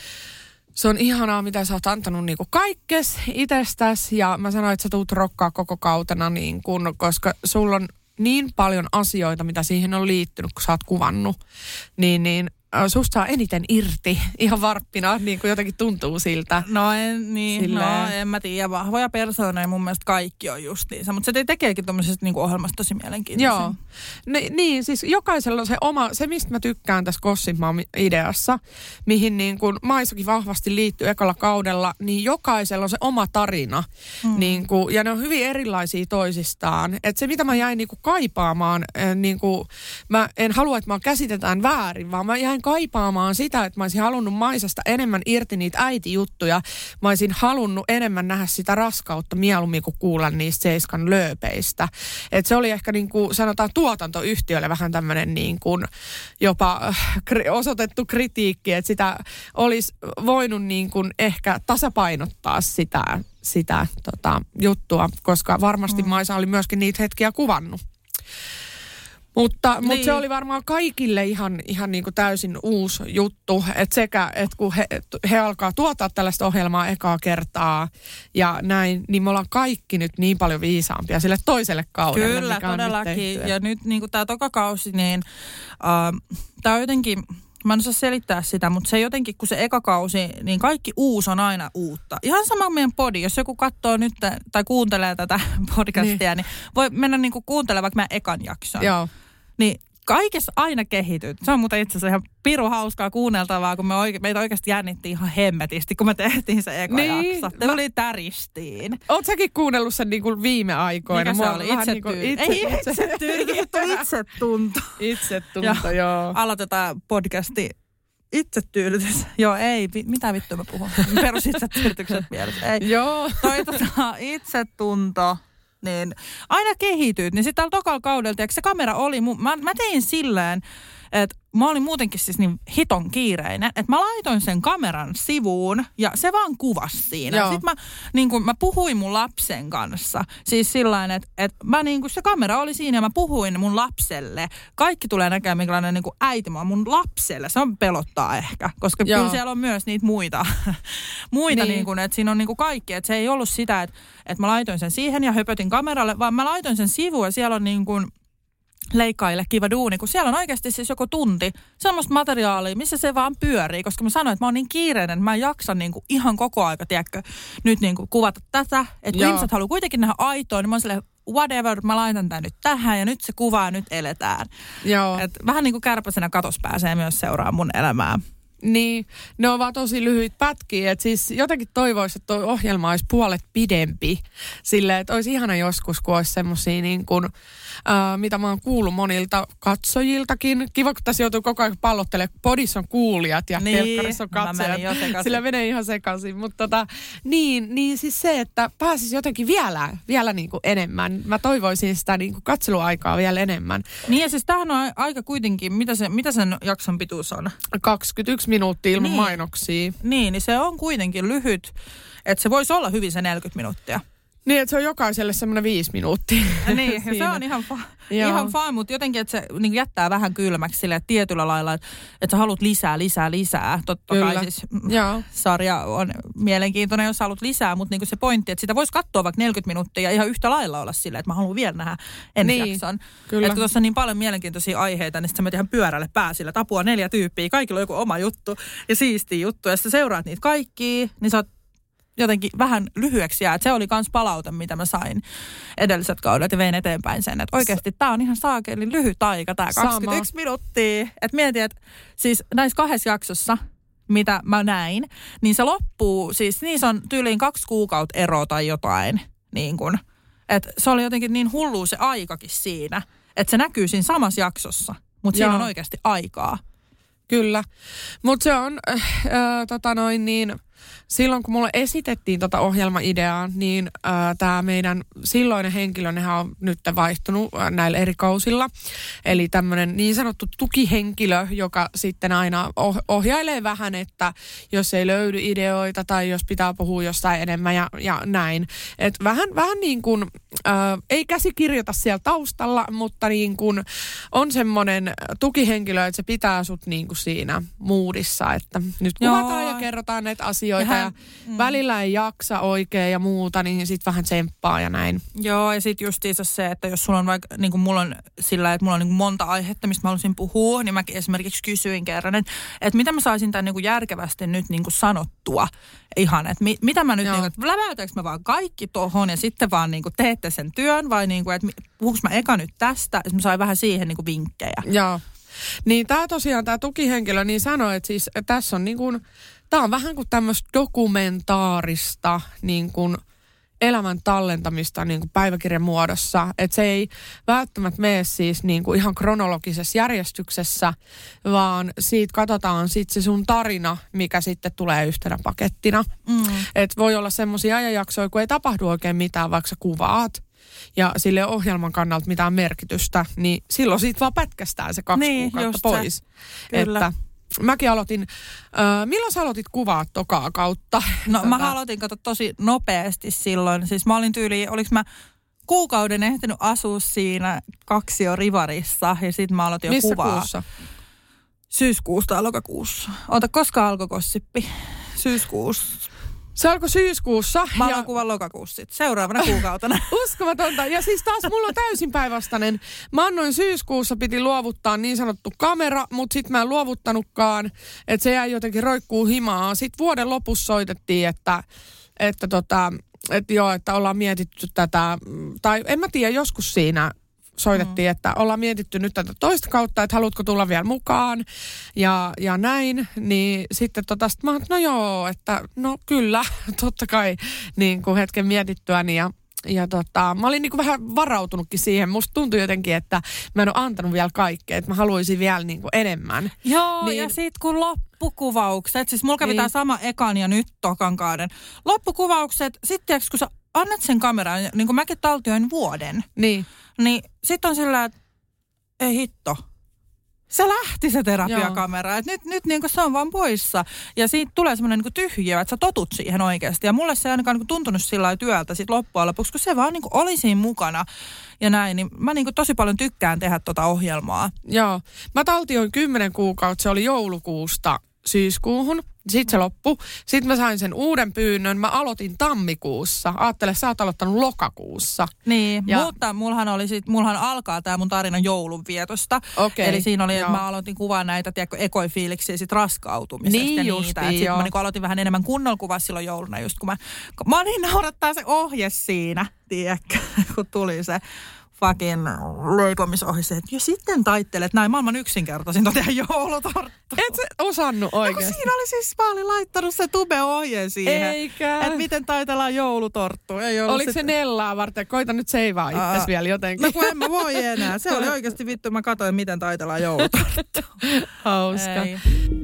Se on ihanaa, mitä sä oot antanut niinku kaikkes itsestäsi. Ja mä sanoin, että sä tuut rokkaa koko kautena, niin kun, koska sulla on niin paljon asioita, mitä siihen on liittynyt, kun sä oot kuvannut, niin, niin susta saa eniten irti ihan varppina, niin kuin jotenkin tuntuu siltä. No en, niin, no, en mä tiedä. Vahvoja persooneja mun mielestä kaikki on justiinsa, mutta se tekeekin tuommoisesta niin ohjelmasta tosi mielenkiintoisen. Joo. Ni, niin, siis jokaisella on se oma, se mistä mä tykkään tässä Gossip Mom-ideassa, mihin niin kuin Maisakin vahvasti liittyy ekalla kaudella, niin jokaisella on se oma tarina. Hmm. Niin kuin, ja ne on hyvin erilaisia toisistaan. Että se, mitä mä jäin niin kuin kaipaamaan, niin kuin, mä en halua, että mä käsitetään väärin, vaan mä jäin kaipaamaan sitä, että mä olisin halunnut Maisasta enemmän irti niitä äitijuttuja. Mä olisin halunnut enemmän nähdä sitä raskautta mieluummin kuin kuulla niistä Seiskan lööpeistä. Että se oli ehkä niin kuin sanotaan tuotantoyhtiölle vähän tämmöinen niin kuin jopa osoitettu kritiikki, että sitä olisi voinut niin kuin ehkä tasapainottaa sitä, sitä tota, juttua, koska varmasti mm. Maisa oli myöskin niitä hetkiä kuvannut. Mutta, niin. mutta se oli varmaan kaikille ihan, ihan niin kuin täysin uusi juttu, että sekä, että kun he, he alkaa tuottaa tällaista ohjelmaa ekaa kertaa ja näin, niin me ollaan kaikki nyt niin paljon viisaampia sille toiselle kaudelle. Kyllä, mikä todellakin. Nyt ja nyt niin kuin tämä toka kausi, niin äh, tämä on jotenkin, mä en osaa selittää sitä, mutta se jotenkin, kun se eka kausi, niin kaikki uusi on aina uutta. Ihan sama meidän podi, jos joku katsoo nyt tai kuuntelee tätä podcastia, niin, niin voi mennä niin kuin kuuntelemaan vaikka meidän ekan jakson. Joo. Niin kaikessa aina kehityt. Se on muuten itse asiassa ihan piru hauskaa kuunneltavaa, kun me oike- meitä oikeasti jännittiin ihan hemmetisti, kun me tehtiin se eka niin, jakso. Te mä... oli täristiin. Oot säkin kuunnellut sen niin kuin viime aikoina? Mikä se oli? Itsetunto. Niin itse, Ei itsetunto. Itsetunto. Itsetunto, joo. Aloitetaan podcasti. Itsetyydytys. Joo, ei. Mitä vittua mä puhun? Perus itsetyydytykset mielessä. Ei. Joo. Toi tota, itsetunto. Niin aina kehityt, niin sitten täällä tokalla kaudella, se kamera oli, mä, mä tein silleen, että mä olin muutenkin siis niin hiton kiireinen, että mä laitoin sen kameran sivuun ja se vaan kuvasi siinä. Joo. Sitten mä, niin kun, mä puhuin mun lapsen kanssa, siis sillain, että, että mä niin kun, se kamera oli siinä ja mä puhuin mun lapselle. Kaikki tulee näkemään, minkälainen niin kun äiti mä oon mun lapselle. Se on pelottaa ehkä, koska Joo. kyllä siellä on myös niitä muita, muita niin. Niin kun, että siinä on niin kun kaikki. Että se ei ollut sitä, että, että mä laitoin sen siihen ja höpötin kameralle, vaan mä laitoin sen sivuun ja siellä on niin kun leikkaille kiva duuni, kun siellä on oikeasti siis joku tunti semmoista materiaalia, missä se vaan pyörii, koska mä sanoin, että mä oon niin kiireinen, että mä en jaksa niin kuin ihan koko aika, tiedätkö, nyt niin kuin kuvata tätä, että kun ihmiset haluaa kuitenkin nähdä aitoa, niin mä oon silleen, whatever, mä laitan tämän nyt tähän ja nyt se kuvaa ja nyt eletään. Joo. Et vähän niin kuin kärpäsenä katos pääsee myös seuraamaan mun elämää. Niin, ne on vaan tosi lyhyitä pätkiä. Et siis jotenkin toivoisi, että tuo ohjelma olisi puolet pidempi. Silleen, että olisi ihana joskus, kun olisi semmosia niin kuin, äh, mitä mä oon kuullut monilta katsojiltakin. Kiva, kun tässä joutuu koko ajan pallottelemaan. Podissa on kuulijat ja niin, telkkarissa on katsojat. Sillä menee ihan sekaisin. Mutta tota, niin, niin siis se, että pääsisi jotenkin vielä, vielä niin kuin enemmän. Mä toivoisin sitä niin kuin katseluaikaa vielä enemmän. Niin ja siis tämähän on aika kuitenkin, mitä, se, mitä sen jakson pituus on? kaksikymmentäyksi minuuttia ilman niin. mainoksia. Niin, niin se on kuitenkin lyhyt, että se voisi olla hyvin se neljäkymmentä minuuttia. Niin, että se on jokaiselle semmoinen viisi minuuttia. Niin, ja se on ihan, fa- ihan fine, mutta jotenkin, että se niin jättää vähän kylmäksi silleen, että tietyllä lailla, että, että sä haluat lisää, lisää, lisää. Totta Kyllä. kai siis Joo. sarja on mielenkiintoinen, jos sä haluat lisää, mutta niin se pointti, että sitä voisi katsoa vaikka neljäkymmentä minuuttia ja ihan yhtä lailla olla silleen, että mä haluan vielä nähdä ensi niin, jakson. kyllä. Että kun tuossa on niin paljon mielenkiintoisia aiheita, niin sitten sä menet ihan pyörälle pääsillä, tapua neljä tyyppiä, kaikilla on joku oma juttu ja siistiä juttu. Ja sitten seuraat niitä kaikkia, niin sä oot jotenkin vähän lyhyeksi jää. Että se oli kans palaute, mitä mä sain edelliset kaudet ja vein eteenpäin sen. Että oikeasti tää on ihan saakeli lyhyt aika, tää kaksikymmentäyksi minuuttia. Että mietin, että siis näissä kahdessa jaksossa, mitä mä näin, niin se loppuu, siis niissä on tyyliin kaksi kuukautta eroa tai jotain. Niin kun. Että se oli jotenkin niin hullu se aikakin siinä, että se näkyy siinä samassa jaksossa, mutta siinä on oikeasti aikaa. Kyllä, mutta se on äh, äh, tota noin niin, silloin kun mulle esitettiin tota ohjelmaideaa, niin äh, tämä meidän silloinen henkilö, nehän on nyt vaihtunut äh, näillä eri kausilla. Eli tämmöinen niin sanottu tukihenkilö, joka sitten aina oh- ohjailee vähän, että jos ei löydy ideoita tai jos pitää puhua jostain enemmän ja, ja näin. Et vähän, vähän niin kuin, äh, ei käsikirjoita siellä taustalla, mutta niin kuin on semmoinen tukihenkilö, että se pitää sut niin kuin siinä moodissa, että nyt kuvataan ja kerrotaan näitä asioita. Ja, hän, ja mm. välillä ei jaksa oikein ja muuta, niin sitten vähän tsemppaa ja näin. Joo, ja sitten justiinsa se, että jos sulla on vaikka, niin kuin mulla on sillä, että mulla on niin kuin monta aihetta, mistä mä haluaisin puhua, niin mäkin esimerkiksi kysyin kerran, että, että mitä mä saisin tämän niin kuin järkevästi nyt niin kuin sanottua ihan, että mi, mitä mä nyt, niin kuin, että läväytäänkö mä vaan kaikki tohon ja sitten vaan niin kuin teette sen työn, vai niin kuin, että puhuks mä eka nyt tästä, että mä sain vähän siihen niin kuin vinkkejä. Joo. Niin tämä tosiaan, tämä tukihenkilö, niin sanoi, että siis että tässä on niin kuin, tämä on vähän kuin tämmöistä dokumentaarista niin kuin elämän tallentamista niin kuin päiväkirjan muodossa. Että se ei välttämättä mene siis niin kuin ihan kronologisessa järjestyksessä, vaan siitä katsotaan sitten se sun tarina, mikä sitten tulee yhtenä pakettina. Mm. Että voi olla semmoisia ajanjaksoja, kun ei tapahdu oikein mitään, vaikka sä kuvaat. Ja sille ohjelman kannalta mitään merkitystä, niin silloin siitä vaan pätkästään se kaksi niin, kuukautta pois. Että mäkin aloitin, äh, milloin sä aloitit kuvaa tokaa kautta? No tota... mä aloitin kato tosi nopeasti silloin. Siis mä olin tyyliin, oliks mä kuukauden ehtinyt asua siinä Kaksio Rivarissa ja sit mä aloitin jo Missä kuvaa. Missä kuussa? Syyskuusta tai lokakuussa. Ota, koska alkoi Gossippi? Syyskuussa. Se alkoi syyskuussa. Mä aloin kuvan lokakuussa sitten, seuraavana kuukautena. Uskomatonta. Ja siis taas mulla on täysin päinvastainen. Mä annoin syyskuussa, piti luovuttaa niin sanottu kamera, mutta sitten mä en luovuttanutkaan, että se jäi jotenkin roikkuu himaa. Sitten vuoden lopussa soitettiin, että, että, tota, että joo, että ollaan mietitty tätä, tai en mä tiedä, joskus siinä soitettiin, mm. että ollaan mietitty nyt tätä toista kautta, että haluatko tulla vielä mukaan ja, ja näin, niin sitten tota, sit mä oon, no joo, että no kyllä, totta kai niin kuin hetken mietittyäni ja Ja tota, mä olin niinku vähän varautunutkin siihen. Musta tuntui jotenkin, että mä en ole antanut vielä kaikkea, että mä haluaisin vielä niinku enemmän. Joo, niin, ja sit kun loppukuvaukset, siis mulla kävi niin. tää sama ekan ja nyt tokan kauden. Loppukuvaukset, sitten kun sä annat sen kameraan, niin kuin mäkin taltioin vuoden, niin, niin sit on sillä, että ei hitto. Se lähti se terapiakamera, että nyt, nyt niin kuin se on vaan poissa. Ja siitä tulee semmoinen niin tyhjiö, että sä totut siihen oikeasti. Ja mulle se ei ainakaan niin tuntunut sillä työltä sit loppujen lopuksi, kun se vaan niin oli siinä mukana ja näin. Niin mä niin tosi paljon tykkään tehdä tota ohjelmaa. Joo. Mä taltioin kymmenen kuukautta, se oli joulukuusta syyskuuhun. Sitten se loppui. Sitten mä sain sen uuden pyynnön. Mä aloitin tammikuussa. Aattele, sä oot aloittanut lokakuussa. Niin, ja mutta mullahan, oli sit, mullahan alkaa tää mun tarina joulunvietosta. Okay, eli siinä oli, että mä aloitin kuvaa näitä, tiedätkö, ekoifiiliksiä sit raskautumisesta niin ja niitä. Sitten mä niin aloitin vähän enemmän kunnolla kuvaa silloin jouluna, just kun mä, kun mä olin naurattaa se ohje siinä, tiedätkö, kun tuli se fucking leipomisohjeeseen. Ja sitten taittelet näin maailman yksinkertaisin tehdä joulutorttu. Et sä osannut oikeesti? No, siinä oli siis, mä olin laittanut se tube-ohjeen siihen. Eikä. Että miten taitellaan joulutorttu. Ei ollut Oliko sit... se Nellaa varten? Koita nyt seivaa itses vielä jotenkin. No kun en mä voi enää. Se oli oikeasti vittu. Mä katsoin, miten taitellaan joulutorttu. Hauska. Ei.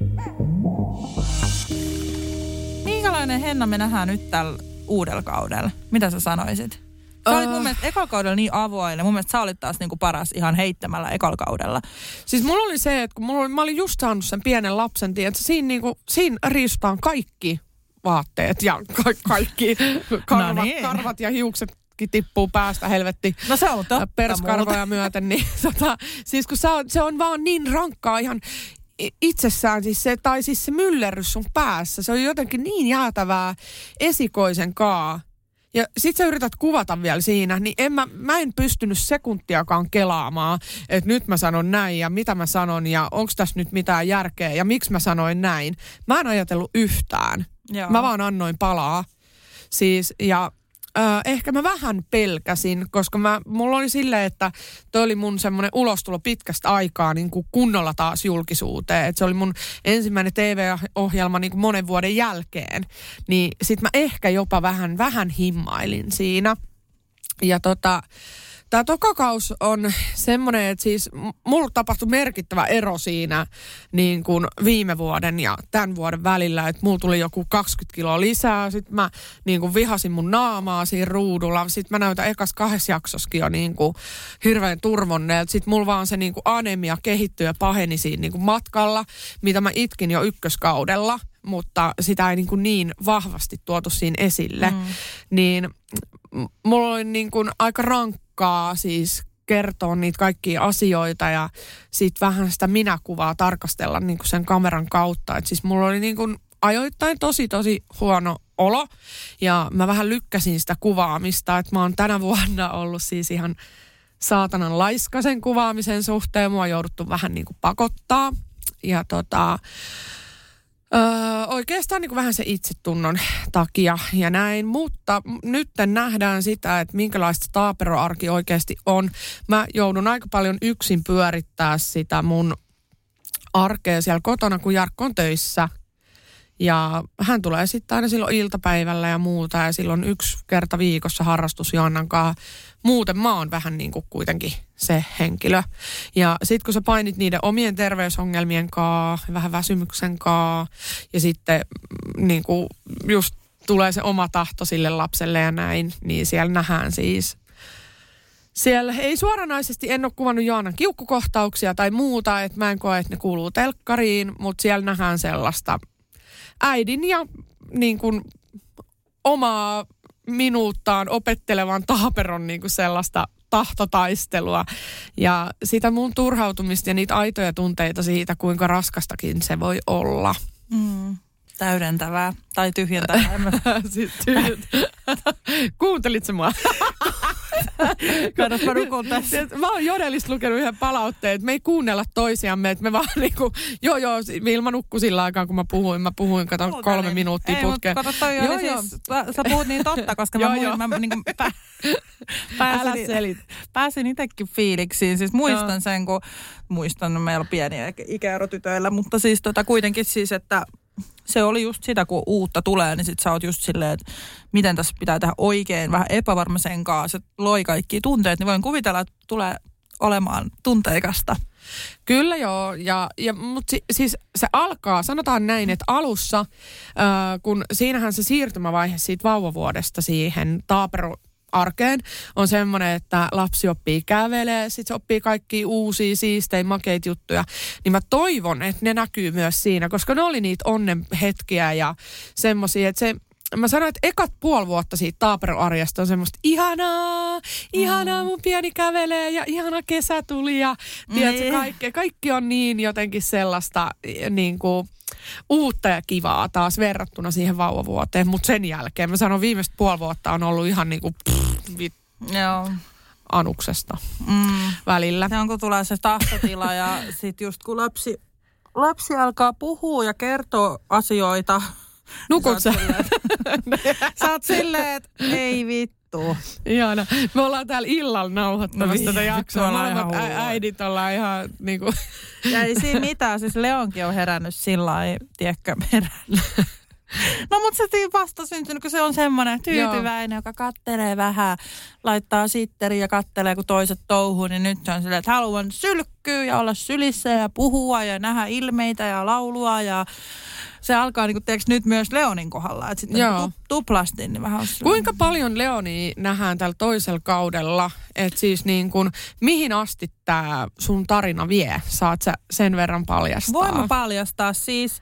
Minkälainen Henna me nähdään nyt tällä uudella kaudella? Mitä sä sanoisit? Sä olit mun mielestä ekalla kaudella niin avoin ja mun mielestä sä olit taas niinku paras ihan heittämällä ekalla kaudella. Siis mulla oli se, että kun mulla oli, mä olin just saanut sen pienen lapsen, että siinä, niinku, siinä riisutaan kaikki vaatteet ja ka- kaikki karvat, no niin. karvat ja hiuksetkin tippuu päästä helvetti. No se on totta. Perskarvoja myöten. Niin, tota, siis kun on, se on vaan niin rankkaa ihan itsessään siis se, tai siis se myllerrys sun päässä. Se on jotenkin niin jäätävää esikoisen kaa. Ja sit sä yrität kuvata vielä siinä, niin en mä, mä en pystynyt sekuntiakaan kelaamaan, että nyt mä sanon näin ja mitä mä sanon ja onko tässä nyt mitään järkeä ja miksi mä sanoin näin. Mä en ajatellut yhtään. Joo. Mä vaan annoin palaa. Siis ja äh, ehkä mä vähän pelkäsin, koska mä, mulla oli silleen, että toi oli mun semmoinen ulostulo pitkästä aikaa niin kuin kunnolla taas julkisuuteen. Että se oli mun ensimmäinen T V-ohjelma niin kuin monen vuoden jälkeen. Niin sit mä ehkä jopa vähän, vähän himmailin siinä. Ja tota... Tämä tokakaus on semmoinen, että siis mulla tapahtui merkittävä ero siinä niin kuin viime vuoden ja tämän vuoden välillä, että mulla tuli joku kaksikymmentä kiloa lisää, sitten mä niin kuin vihasin mun naamaa siinä ruudulla, sitten mä näytän ekas kahdessa jaksoskin jo niin kuin hirveän turvonneelta, sitten mulla vaan se niin kuin anemia kehittyi ja paheni siinä niin kuin matkalla, mitä mä itkin jo ykköskaudella, mutta sitä ei niin kuin niin vahvasti tuotu siinä esille, mm. niin mulla oli niin kuin aika rankka siis kertoa niitä kaikkia asioita ja sitten vähän sitä minäkuvaa tarkastella niin kuin sen kameran kautta. Et siis mulla oli niin kuin ajoittain tosi tosi huono olo ja mä vähän lykkäsin sitä kuvaamista, että mä oon tänä vuonna ollut siis ihan saatanan laiska sen kuvaamisen suhteen. Mua on jouduttu vähän niin kuin pakottaa ja tota... Öö, oikeastaan niin kuin vähän se itsetunnon takia ja näin, mutta nyt nähdään sitä, että minkälaista taaperoarki oikeasti on. Mä joudun aika paljon yksin pyörittää sitä mun arkea siellä kotona, kun Jarkko on töissä. Ja hän tulee sitten aina silloin iltapäivällä ja muuta ja silloin yksi kerta viikossa harrastus Joannan kanssa. Muuten mä oon vähän niin kuin kuitenkin se henkilö. Ja sitten kun sä painit niiden omien terveysongelmien kanssa, vähän väsymyksen kanssa ja sitten niin kuin just tulee se oma tahto sille lapselle ja näin, niin siellä nähdään siis. Siellä ei suoranaisesti, en ole kuvannut Joannan kiukkukohtauksia tai muuta, että mä en koe, että ne kuuluu telkkariin, mutta siellä nähdään sellaista äidin ja niin kuin omaa minuuttaan opettelevan taaperon niin kuin sellaista tahtotaistelua ja sitä mun turhautumista ja niitä aitoja tunteita siitä, kuinka raskastakin se voi olla. Mm. Täydentävää tai tyhjentävää. Siis tyhjentävää. Kuuntelitko mua? Katos, mä nukun tässä. Mä oon Jodelista lukenut yhden palautteen, että me ei kuunnella toisiamme, että me vaan niinku, joo joo, Vilma nukkui sillä aikaa, kun mä puhuin. Mä puhuin, kato, kolme Kuuntelin. minuuttia putkeen. Ei, mutta kato, toi joo, oli joo. siis, sä puhut niin totta, koska mä, joo, muin, mä niinku pä, Älä pääsin, selit. pääsin itsekin fiiliksiin. Siis muistan joo. sen, kun muistan, meillä on pieniä ikäerotytöillä, mutta siis tota kuitenkin siis, että se oli just sitä, kun uutta tulee, niin sit sä oot just silleen, että miten tässä pitää tehdä oikein, vähän epävarma sen kanssa. Se loi kaikki tunteet, niin voin kuvitella, että tulee olemaan tunteikasta. Kyllä joo, ja, ja, mutta si, siis se alkaa, sanotaan näin, että alussa, äh, kun siinähän se siirtymävaihe siitä vauvavuodesta siihen taapero arkeen on semmoinen, että lapsi oppii kävelee, sitten se oppii kaikkia uusia, siistejä, makeita juttuja. Niin mä toivon, että ne näkyy myös siinä, koska ne oli niitä onnen hetkiä ja semmoisia, että se, mä sanoin, että ekat puoli vuotta siitä taaperoarjesta on semmoista ihanaa, ihanaa mun pieni kävelee ja ihana kesä tuli ja tiedätkö, kaikki, kaikki on niin jotenkin sellaista niin kuin uutta ja kivaa taas verrattuna siihen vauvavuoteen, mutta sen jälkeen mä sanon viimeistä puoli vuotta on ollut ihan niin kuin pff, vit, Joo. anuksesta mm. välillä. Se on, kun tulee se tahtotila ja sitten just kun lapsi, lapsi alkaa puhua ja kertoa asioita. Nukut sä? Sä oot silleen, että ei vittu. istuu. Ihana. Me ollaan täällä illalla nauhoittamassa no, tätä jaksoa. Molemmat ä- äidit ollaan ihan niinku... Ja ei siinä mitään. Siis Leonkin on herännyt sillä lailla, tiedätkö, herännyt. No mutta se vasta syntynyt, kun se on semmoinen tyytyväinen, Joo. joka kattelee vähän, laittaa sitteri ja kattelee, kun toiset touhuu, niin nyt se on silleen, että haluan sylkkyä ja olla sylissä ja puhua ja nähdä ilmeitä ja laulua ja se alkaa niin kuin, teeksi nyt myös Leonin kohdalla, että sitten tu- tuplasti niin vähän on Kuinka paljon Leonia nähdään tällä toisella kaudella, että siis niin kuin, mihin asti tämä sun tarina vie? Saat sä sen verran paljastaa? Voin paljastaa siis...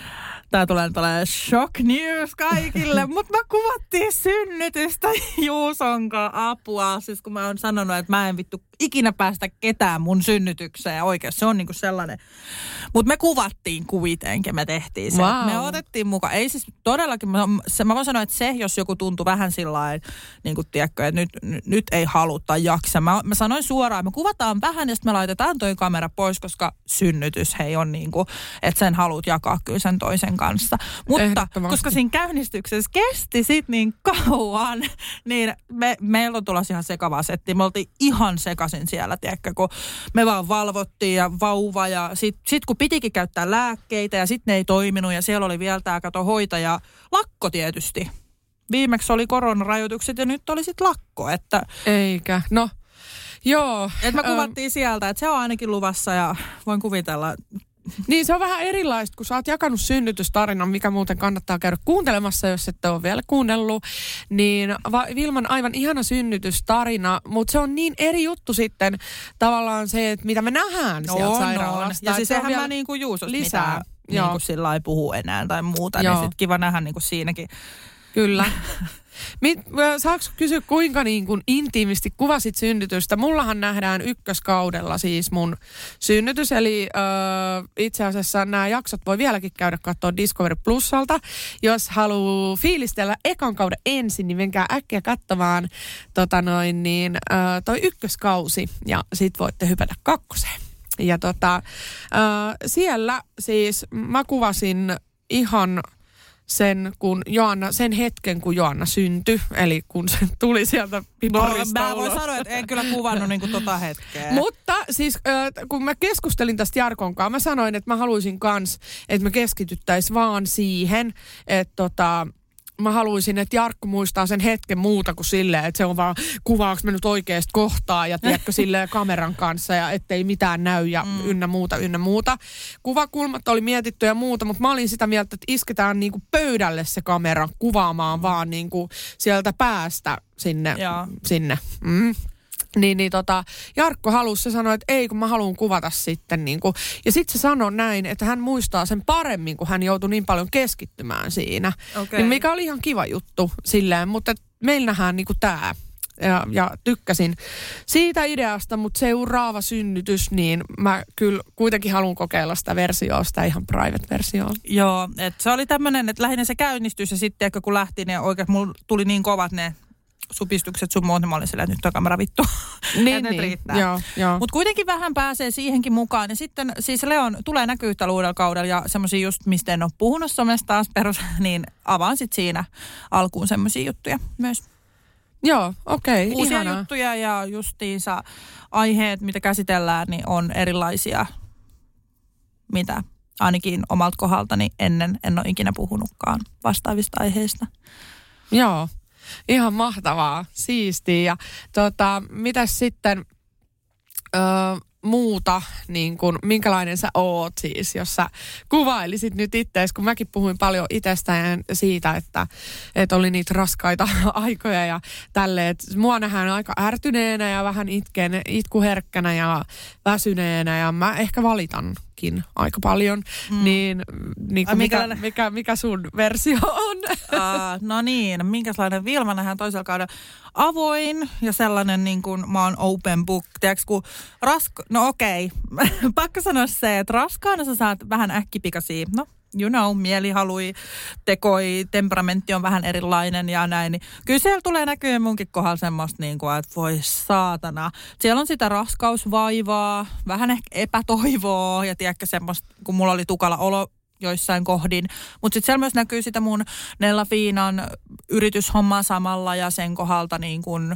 Tää tulee tulee shock news kaikille, mutta mä kuvattiin synnytystä Juusonkaan apua. Siis kun mä oon sanonut, että mä en vittu ikinä päästä ketään mun synnytykseen. Oikein, se on niinku sellainen. Mutta me kuvattiin kuvitenkin, me tehtiin se. Wow. Me otettiin mukaan. Ei siis todellakin, mä, se, mä voin sanoa, että se, jos joku tuntui vähän sillain, niin kuin tiedätkö, että nyt, nyt, nyt ei haluta jaksa. Mä, mä sanoin suoraan, me kuvataan vähän ja sitten me laitetaan toi kamera pois, koska synnytys hei on niin kuin, että sen haluat jakaa kyllä sen toisen kanssa. Mutta koska siinä käynnistyksessä kesti sit niin kauan, niin me, meillä on tulossa ihan sekavaa settiä. Me oltiin ihan sekaisin siellä, tiedätkö, kun me vaan valvottiin ja vauva ja sit, sit kun pitikin käyttää lääkkeitä ja sitten ne ei toiminut ja siellä oli vielä tämä kato hoitaja. Lakko tietysti. Viimeksi oli koronarajoitukset ja nyt oli sitten lakko, että... Eikä, no joo. Että me kuvattiin ähm, sieltä, että se on ainakin luvassa ja voin kuvitella... Niin se on vähän erilaista, kun sä oot jakanut synnytystarinan, mikä muuten kannattaa käydä kuuntelemassa, jos ette ole vielä kuunnellut. Niin Vilman aivan ihana synnytystarina, mutta se on niin eri juttu sitten tavallaan se, että mitä me nähdään no, sieltä sairaalasta. No. Ja siis sehän mä niin kuin Juusosta lisää niin kuin sillä lailla puhu enää tai muuta, Joo. niin sitten kiva nähdä niin kuin siinäkin. Kyllä. Mit, saako kysyä, kuinka niin kuin intiimisti kuvasit synnytystä? Mullahan nähdään ykköskaudella siis mun synnytys, eli ö, itse asiassa nämä jaksot voi vieläkin käydä katsoa Discovery Plusalta. Jos haluaa fiilistellä ekan kauden ensin, niin menkää äkkiä katsomaan tota noin, niin, ö, toi ykköskausi ja sit voitte hypätä kakkoseen. Ja tota, ö, siellä siis mä kuvasin ihan... Sen, kun Joanna, sen hetken, kun Joanna syntyi, eli kun se tuli sieltä piparista no, mä voin sanoa, että en kyllä kuvannut niin kuin tota hetkeä. Mutta siis, äh, kun mä keskustelin tästä Jarkon kanssa, mä sanoin, että mä haluaisin kans, että me keskityttäisiin vaan siihen, että tota... Mä haluaisin, että Jarkko muistaa sen hetken muuta kuin silleen, että se on vaan kuvaaks me nyt oikeasta kohtaa ja tiedätkö silleen kameran kanssa ja ettei mitään näy ja mm. ynnä muuta, ynnä muuta. Kuvakulmat oli mietitty ja muuta, mutta mä olin sitä mieltä, että isketään niinku pöydälle se kamera kuvaamaan vaan niinku sieltä päästä sinne. sinne. Mm. Niin, niin tota, Jarkko halusi, se sanoi, että ei, kun mä haluan kuvata sitten. Niin kuin. Ja sitten se sanoi näin, että hän muistaa sen paremmin, kun hän joutui niin paljon keskittymään siinä. Okay. Niin mikä oli ihan kiva juttu silleen, mutta meillä nähdään niin kuin tämä. Ja, ja tykkäsin siitä ideasta, mutta seuraava synnytys, niin mä kyllä kuitenkin haluan kokeilla sitä versioa, sitä ihan private-versioa. Joo, että se oli tämmöinen, että lähinnä se käynnistys ja sitten kun lähti, niin oikein mulla tuli niin kovat ne supistukset sun muut, niin mä olin silleen, että nyt on kamera vittu. Niin, niin. Mutta kuitenkin vähän pääsee siihenkin mukaan. Ja sitten siis Leon tulee näkyvyyttä uudella kaudella ja semmoisia just, mistä en ole puhunut somesta taas perus, niin avaan sitten siinä alkuun semmoisia juttuja myös. Joo, okei. Okay, uusia ihanaa. Juttuja ja justiinsa aiheet, mitä käsitellään, niin on erilaisia, mitä ainakin omalta kohdaltani ennen en ole ikinä puhunutkaan vastaavista aiheista. Joo. Ihan mahtavaa, siistiä. Ja tota, mitäs sitten ö, muuta, niin kun, minkälainen sä oot siis, jos sä kuvailisit nyt ittees, kun mäkin puhuin paljon itsestäni siitä, että, että oli niitä raskaita aikoja ja tälleen, että mua nähdään aika ärtyneenä ja vähän itken, itkuherkkänä ja väsyneenä ja mä ehkä valitankin aika paljon, mm. niin, niin kuin mikä, mikä, mikä sun versio on? Uh, no niin, minkälainen Vilma nähdään toisella kaudella? Avoin ja sellainen niin kuin mä oon open book. Tiedätkö, kun raska... No okei, okay. Pakko sanoa se, että raskaana sä saat vähän äkkipikaisia. No, you know, mielihalui, tekoi, temperamentti on vähän erilainen ja näin. Niin kyllä siellä tulee näkyä munkin kohdalla semmoista, niin kuin, että voi saatana. Siellä on sitä raskausvaivaa, vähän ehkä epätoivoa ja tiedätkö semmoista, kun mulla oli tukala olo joissain kohdin. Mutta sitten siellä myös näkyy sitä mun Nella Fiinan yrityshommaa samalla ja sen kohdalta niin kuin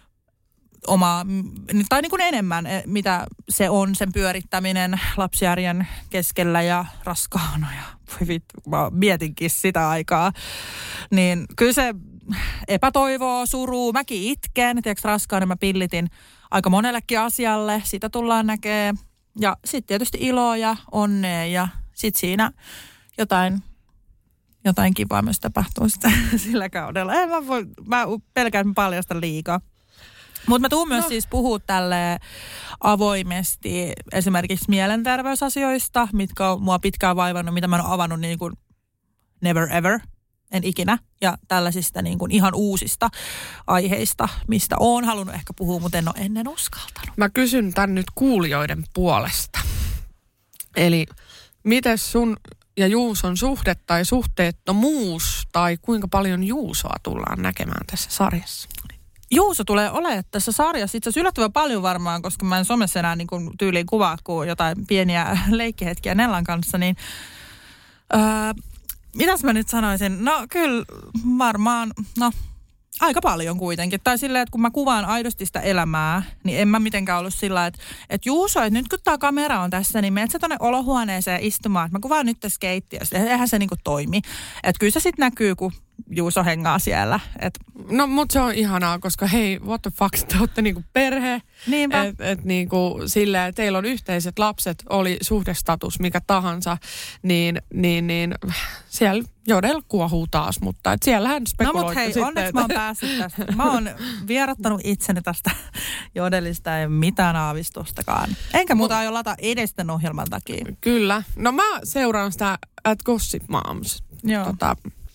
oma, tai niin kuin enemmän, mitä se on, sen pyörittäminen lapsiarjen keskellä ja raskaana. Ja vittu, mä mietinkin sitä aikaa. Niin kyllä se epätoivoa, suruu, mäkin itken. Tiedätkö, raskaana mä pillitin aika monellekin asialle. Sitä tullaan näkee. Ja sitten tietysti iloa ja onnea ja sitten siinä jotain, jotain kivaa myös tapahtuu sitä sillä kaudella. En mä, voi, mä pelkään paljasta liikaa. Mutta mä tuun myös no. siis puhua tälle avoimesti esimerkiksi mielenterveysasioista, mitkä on mua pitkään vaivannut, mitä mä oon avannut niin kuin never ever, en ikinä. Ja tällaisista niin kuin ihan uusista aiheista, mistä oon halunnut ehkä puhua, mutta en ole ennen uskaltanut. Mä kysyn tän nyt kuulijoiden puolesta. Eli miten sun ja Juuson suhde tai suhteettomuus tai kuinka paljon Juusoa tullaan näkemään tässä sarjassa? Juuso tulee olemaan tässä sarjassa itse asiassa yllättävän paljon varmaan, koska mä en somessa enää niin kuin tyyliin kuvaa kuin jotain pieniä leikkihetkiä Nellan kanssa, niin öö, mitäs mä nyt sanoisin? No kyllä varmaan, no aika paljon kuitenkin. Tai silleen, että kun mä kuvaan aidosti sitä elämää, niin en mä mitenkään ollut sillä, että, että Juuso, että nyt kun tää kamera on tässä, niin menet sä tonne olohuoneeseen istumaan, että mä kuvaan nyt tässä keittiössä. Eihän se niinku toimi. Että kyllä se sitten näkyy, kun Juuso hengaa siellä. Et. No, mutta se on ihanaa, koska hei, what the fuck, te olette niinku perhe. Niinpä. Että et niinku silleen, teillä on yhteiset lapset, oli suhdestatus mikä tahansa, niin, niin, niin siellä Jodel kuohuu taas, mutta et siellähän spekuloitte. No mutta hei, sitten, onneksi että... mä oon päässyt tästä. Mä oon vierottanut itseni tästä Jodelista, ei mitään aavistustakaan. Enkä muuta aio lataa edes tämän ohjelman takia. Kyllä. No mä seuraan sitä at Gossip Moms. Joo. Tota,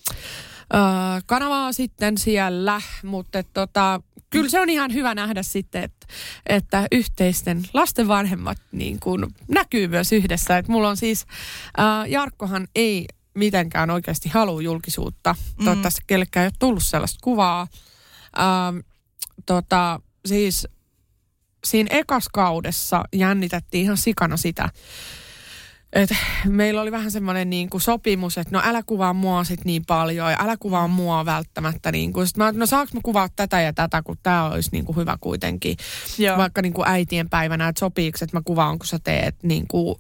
Uh, kanavaa sitten siellä, mutta tota, kyllä se on ihan hyvä nähdä sitten, että, että yhteisten lasten vanhemmat niin kuin näkyy myös yhdessä. Et mulla on siis, uh, Jarkkohan ei mitenkään oikeasti halua julkisuutta. Mm. Toivottavasti kellekään ei ole tullut sellaista kuvaa. Uh, tota, siis siinä ekaskaudessa jännitettiin ihan sikana sitä, et meillä oli vähän semmoinen niin kuin sopimus, että no älä kuvaa mua sit niin paljon ja älä kuvaa mua välttämättä. Niin kuin. Sitten mä, no saanko mä kuvaa tätä ja tätä, kun tää olisi niin kuin hyvä kuitenkin. Joo. Vaikka niin kuin äitien päivänä, että sopiiko, että mä kuvaan, kun sä teet niin kuin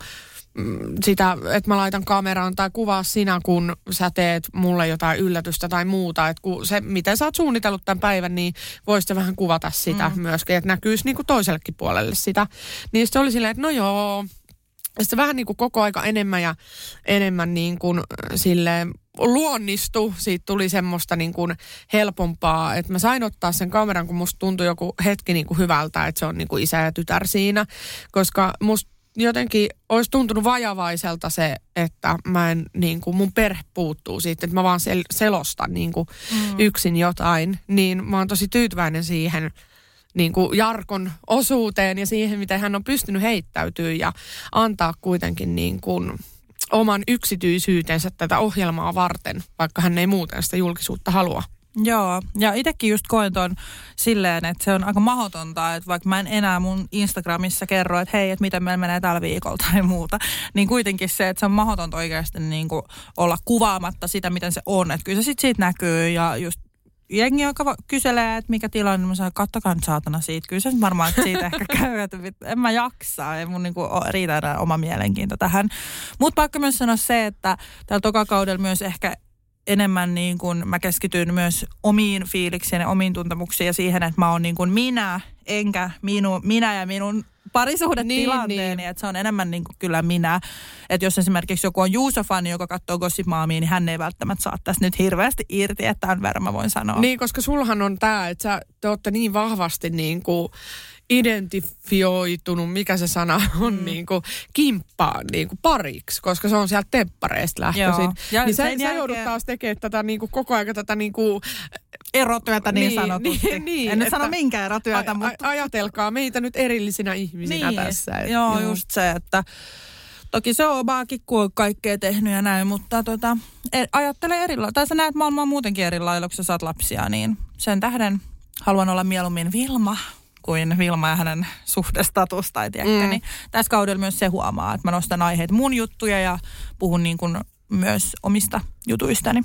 sitä, että mä laitan kameraan tai kuvaa sinä, kun sä teet mulle jotain yllätystä tai muuta. Että kun se, miten sä oot suunnitellut tämän päivän, niin voisit vähän kuvata sitä mm. myöskin, että näkyisi niin kuin toisellekin puolelle sitä. Niin se oli silleen, että no joo. Ja sitten vähän niin kuin koko aika enemmän ja enemmän niin kuin silleen luonnistui. Siitä tuli semmoista niin kuin helpompaa, että mä sain ottaa sen kameran, kun musta tuntui joku hetki niin kuin hyvältä, että se on niin kuin isä ja tytär siinä. Koska musta jotenkin olisi tuntunut vajavaiselta se, että mä en niin kuin mun perhe puuttuu siitä, että mä vaan sel- selostan niin kuin mm. yksin jotain. Niin mä oon tosi tyytyväinen siihen niin kuin Jarkon osuuteen ja siihen, miten hän on pystynyt heittäytyä ja antaa kuitenkin niin kuin oman yksityisyytensä tätä ohjelmaa varten, vaikka hän ei muuten sitä julkisuutta halua. Joo, ja itsekin just koen ton silleen, että se on aika mahdotonta, että vaikka mä en enää mun Instagramissa kerro, että hei, että miten meillä menee tällä viikolla tai muuta, niin kuitenkin se, että se on mahdotonta oikeasti niin kuin olla kuvaamatta sitä, miten se on, että kyllä se sitten siitä näkyy ja just jengi, joka kyselee, että mikä tilanne, niin mä sanon, kattokaa nyt saatana siitä. Kyllä se varmaan, että siitä ehkä käy, että en mä jaksa. Ei mun niinku riitä enää oma mielenkiinto tähän. Mutta pakko myös sanoa se, että tällä tokakaudella myös ehkä enemmän niin kuin mä keskityn myös omiin fiiliksiin ja omiin tuntemuksiin ja siihen, että mä oon niin kuin minä, enkä minu, minä ja minun parisuhdetilanteeni, niin, että se on enemmän niin kuin kyllä minä. Että jos esimerkiksi joku on Juuso-fani, joka katsoo Gossip Momia, niin hän ei välttämättä saa tästä nyt hirveästi irti, että tämän verran mä voin sanoa. Niin, koska sulhan on tämä, että sä, te olette niin vahvasti niin kuin identifioitunut, mikä se sana on, mm. niin kuin kimppaan niin kuin pariksi, koska se on sieltä temppareista lähtöisin. Ja niin sä, jälkeen... sä joudut taas tekemään tätä niin kuin koko ajan tätä niin kuin erotyötä niin, niin sanotusti. Niin, niin, en nyt sano minkä erotyötä, a, mutta... Ajatelkaa meitä nyt erillisinä ihmisinä niin, tässä. Et, joo, joo, just se, että toki se on omaakin, kun on kaikkea tehnyt ja näin, mutta tota, ajattele eri lailla. Tai sä näet maailmaa muutenkin eri lailla, kun sä saat lapsia, niin sen tähden haluan olla mieluummin Vilma kuin Vilma ja hänen suhdestatus tai tiedätkö, mm. niin tässä kaudella myös se huomaa, että mä nostan aiheet mun juttuja ja puhun niin kuin myös omista jutuistani.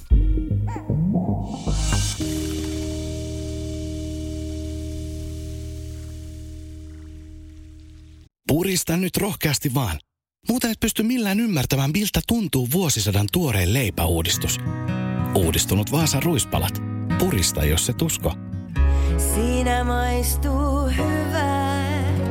Purista nyt rohkeasti vaan. Muuten et pysty millään ymmärtämään, miltä tuntuu vuosisadan tuoreen leipäuudistus. Uudistunut Vaasan ruispalat. Purista, jos se tusko. Siinä maistuu hyvää.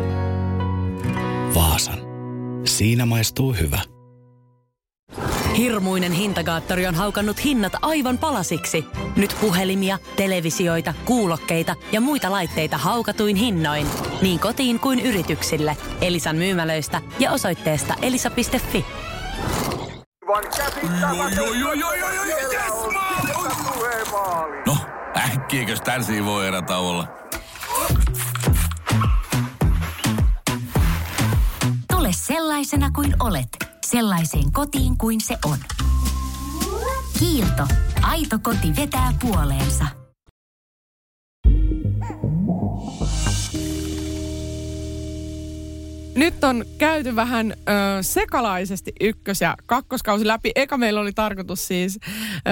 Vaasan. Siinä maistuu hyvä. Hirmuinen hintakaattori on haukannut hinnat aivan palasiksi. Nyt puhelimia, televisioita, kuulokkeita ja muita laitteita haukatuin hinnoin. Niin kotiin kuin yrityksille. Elisan myymälöistä ja osoitteesta elisa piste fi. No, äkkiäkös tän siivoo erätauolla? Tule sellaisena kuin olet, sellaiseen kotiin kuin se on. Kiilto. Aito koti vetää puoleensa. Nyt on käyty vähän ö, sekalaisesti ykkös- ja kakkoskausi läpi. Eka meillä oli tarkoitus siis,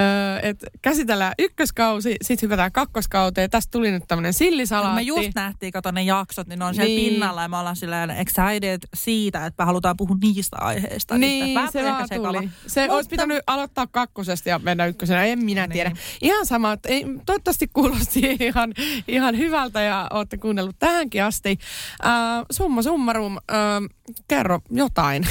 että käsitellään ykköskausi, sitten hypätään kakkoskauteen. Tästä tuli nyt tämmöinen sillisalaatti. Me just nähtiin, kato ne jaksot, niin ne on siellä niin. pinnalla ja me ollaan silleen excited siitä, että me halutaan puhua niistä aiheista. Niin, se vaan tuli. Se Mutta... olisi pitänyt aloittaa kakkosesta ja mennä ykkösenä, en minä niin. tiedä. Ihan sama, että ei, toivottavasti kuulosti ihan, ihan hyvältä ja olette kuunnellut tähänkin asti. Äh, summa summarum. Öö, kerro jotain.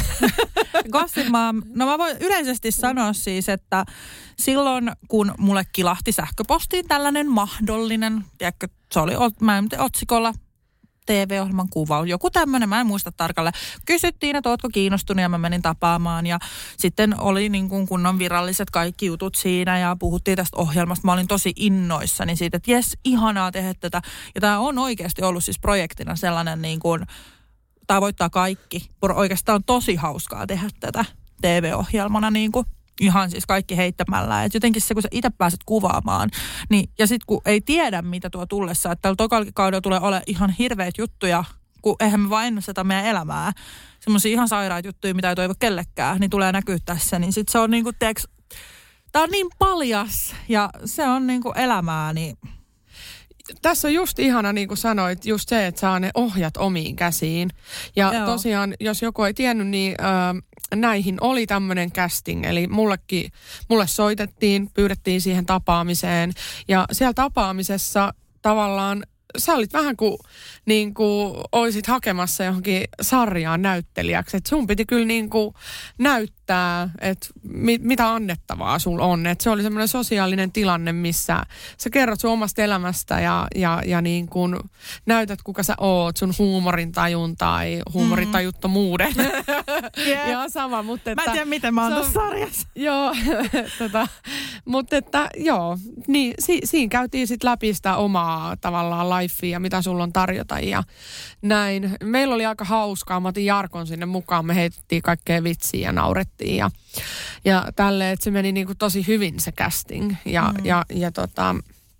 Gossip Mom. No mä voin yleisesti sanoa siis, että silloin kun mulle kilahti sähköpostiin tällainen mahdollinen, tiedätkö, se oli mä en tiedä, otsikolla T V-ohjelman kuva, joku tämmöinen, mä en muista tarkalleen. Kysyttiin, että ootko kiinnostunut ja mä menin tapaamaan ja sitten oli niin kuin kunnon viralliset kaikki jutut siinä ja puhuttiin tästä ohjelmasta. Mä olin tosi innoissani siitä, että jes, ihanaa tehdä tätä. Ja tää on oikeasti ollut siis projektina sellainen niin kuin tavoittaa kaikki. Oikeastaan on tosi hauskaa tehdä tätä T V-ohjelmana niin kuin ihan siis kaikki heittämällä. Et jotenkin se, kun sä itse pääset kuvaamaan, niin, ja sitten kun ei tiedä, mitä tuo tullessa, että tällä tokalla kaudella tulee olemaan ihan hirveät juttuja, kun eihän me vaan ennusteta meidän elämää. Semmoisia ihan sairaita juttuja, mitä ei toivo kellekään, niin tulee näkyä tässä. Niin sitten se on niin kuin, teeks, tää on niin paljas ja se on niin kuin elämää, niin... Tässä on just ihana, niin kuin sanoit, just se, että saa ne ohjat omiin käsiin. Ja Joo. tosiaan, jos joku ei tiennyt, niin äh, näihin oli tämmöinen casting. Eli mullekin, mulle soitettiin, pyydettiin siihen tapaamiseen. Ja siellä tapaamisessa tavallaan sä olit vähän kuin, niin kuin oisit hakemassa johonkin sarjaan näyttelijäksi. Että sun piti kyllä niin kuin näyttää, että mit, mitä annettavaa sulla on. Että se oli semmoinen sosiaalinen tilanne, missä sä kerrot sun omasta elämästä ja, ja, ja niin kuin näytät, kuka sä oot, sun huumorintajun tai huumorintajuttomuuden. Yeah. Ihan sama, mutta että... Mä en tiedä, miten mä oon tässä sarjassa. Joo, tota, mutta että joo, niin si, siinä käytiin sitten läpi sitä omaa tavallaan lifea ja mitä sulla on tarjota ja näin. Meillä oli aika hauskaa, mä otin Jarkon sinne mukaan, me heitettiin kaikkea vitsiä ja naurettiin ja, ja tälleen, että se meni niinku tosi hyvin se casting ja, mm. ja, ja tota,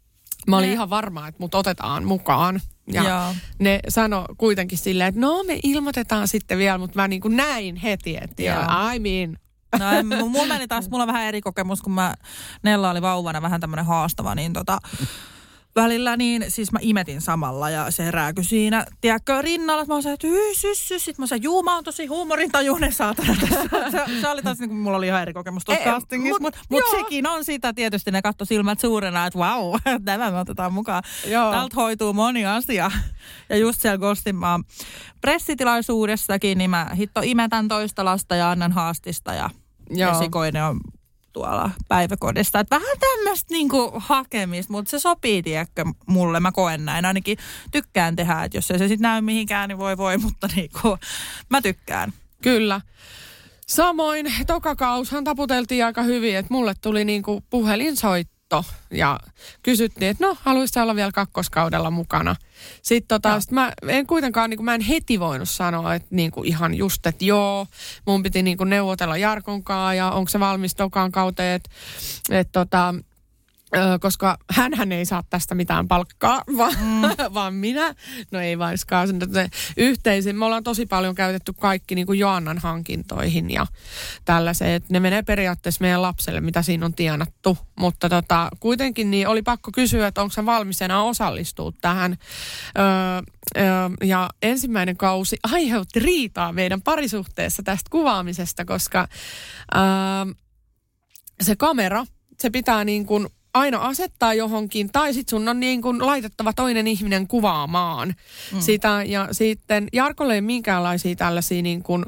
mä olin ne. ihan varma, että mut otetaan mukaan. Ja Joo. ne sano kuitenkin silleen, että no me ilmoitetaan sitten vielä, mutta mä niinku näin heti, että I mean... No, mulla meni taas, mulla on vähän eri kokemus, kun mä, Nella oli vauvana vähän tämmönen haastava, niin tota, välillä niin, siis mä imetin samalla ja se rääkyi siinä, tiedätkö, rinnalla, että mä sanoin, että hyy, syssy, sit mä sanoin, juu, mä oon tosi huumorintajuinen saatana tässä. Se, se oli taas niin kuin mulla oli ihan eri kokemus tuossa castingissa, mutta mut, mut sekin on sitä tietysti, ne katsoi silmät suurena, että vau, wow, tämä me otetaan mukaan. Joo. Täältä hoituu moni asia. Ja just siellä Gostinmaan pressitilaisuudessakin, niin mä hitto imetän toista lasta ja annan haastista ja esikoinen on tuolla päiväkodissa. Että vähän tämmöistä niinku hakemista, mutta se sopii, tiedätkö, mulle. Mä koen näin. Ainakin tykkään tehdä, että jos ei se sitten näy mihinkään, niin voi voi, mutta niinku, mä tykkään. Kyllä. Samoin tokakaushan taputeltiin aika hyvin, että mulle tuli niinku puhelinsoitto ja kysyttiin, että no, haluaisitko olla vielä kakkoskaudella mukana. Sitten tota, sit mä en kuitenkaan, niin kuin, mä en heti voinut sanoa, että niin kuin ihan just, että joo, mun piti niin kuin neuvotella Jarkonkaan ja onko se valmis tokaan kauteen, että et, tota, Öö, koska hänhän ei saa tästä mitään palkkaa, vaan, mm. vaan minä. No ei vaiskaan. Yhteisin. Me ollaan tosi paljon käytetty kaikki niin kuin Joannan hankintoihin ja tällaiseen. Että ne menee periaatteessa meidän lapselle, mitä siinä on tienattu. Mutta tota, kuitenkin niin oli pakko kysyä, että onko hän valmis enää osallistua tähän. Öö, öö, ja ensimmäinen kausi aiheutti riitaa meidän parisuhteessa tästä kuvaamisesta, koska öö, se kamera, se pitää niin kuin aina asettaa johonkin, tai sitten sun on niin kuin laitettava toinen ihminen kuvaamaan mm. sitä. Ja sitten Jarkolle ei minkäänlaisia tällaisia niin kuin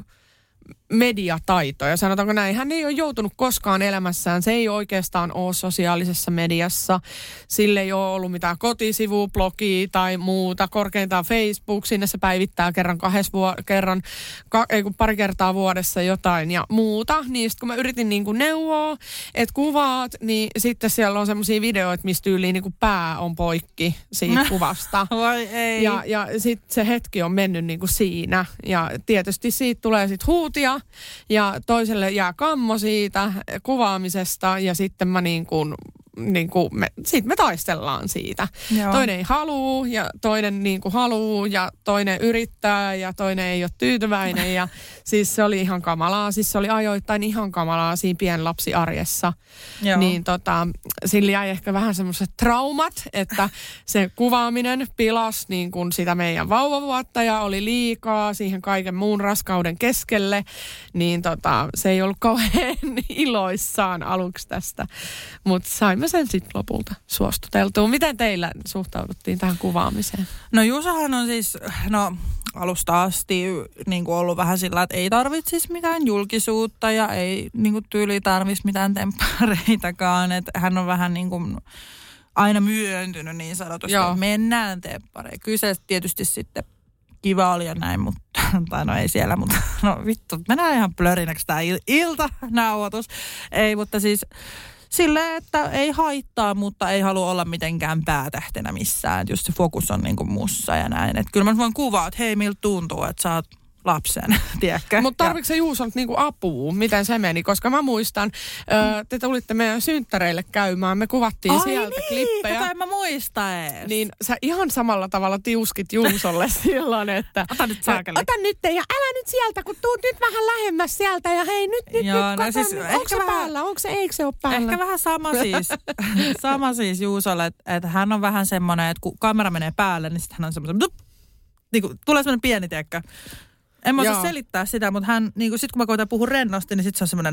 mediataitoja. Sanotaanko näin, hän ei ole joutunut koskaan elämässään. Se ei oikeastaan ole sosiaalisessa mediassa. Sille ei ole ollut mitään kotisivua, blogia tai muuta. Korkeintaan Facebook, sinne se päivittää kerran kahdessa vuo- kerran, ka- ei kun pari kertaa vuodessa jotain ja muuta. Niin sitten kun mä yritin niin kuin neuvoa, että kuvaat, niin sitten siellä on semmoisia videoita, mistä tyyliin niin kuin pää on poikki siitä kuvasta. Vai ei. Ja, ja sitten se hetki on mennyt niin kuin siinä. Ja tietysti siitä tulee sitten huutia. Ja toiselle jää kammo siitä kuvaamisesta ja sitten mä niin kuin, niin kuin me, sit me taistellaan siitä. Joo. Toinen ei halua ja toinen niin kuin haluu ja toinen yrittää ja toinen ei ole tyytyväinen. Ja siis se oli ihan kamalaa. Siis se oli ajoittain ihan kamalaa siinä pienlapsiarjessa. Joo. Niin tota, sillä jäi ehkä vähän semmoiset traumat, että se kuvaaminen pilasi niin kuin sitä meidän vauvavuotta ja oli liikaa siihen kaiken muun raskauden keskelle. Niin tota, se ei ollut kauhean iloissaan aluksi tästä. Mutta saimme sen sitten lopulta suostuteltua. Miten teillä suhtauduttiin tähän kuvaamiseen? No Juusahan on siis, no alusta asti niin kuin ollut vähän sillä, että ei tarvitsisi mitään julkisuutta ja ei niin kuin tyyli tarvitsisi mitään temppareitakaan. Että hän on vähän niin kuin aina myöntynyt niin sanotusti, että mennään temppareihin. Kyllä se tietysti sitten kiva oli ja näin, mutta, tai no ei siellä, mutta no vittu, mennään ihan plörinäksi tämä il- iltanauhoitus. Ei, mutta siis silleen, että ei haittaa, mutta ei halua olla mitenkään päätähtenä missään. Että just se fokus on niin kuin mussa ja näin. Että kyllä mä voin kuvaa, että hei, miltä tuntuu, että sä oot lapsen, tiedätkö? Mutta tarvitsetko sä Juusolta niinku apua? Miten se meni? Koska mä muistan, ö, te tulitte meidän synttäreille käymään. Me kuvattiin Ai sieltä niin, klippejä. Ai en mä muista ees. Niin sä ihan samalla tavalla tiuskit Juusolle silloin, että ota nyt saakeli. Ota nyt ja älä nyt sieltä, kun tuut nyt vähän lähemmäs sieltä ja hei nyt, nyt, Joo, nyt, no kato, siis nyt. ehkä Onko se vähän, päällä? Onko se, eikö se ole päällä? Ehkä vähän sama siis, sama siis Juusolle, että, että hän on vähän semmoinen, että kun kamera menee päälle, niin sitten hän on semmoinen, niin kuin, tulee semmoinen pieni, tiedäkö? En mä osaa selittää sitä, mutta hän, niin sitten kun mä koitan puhua rennosti, niin sitten se on semmoinen,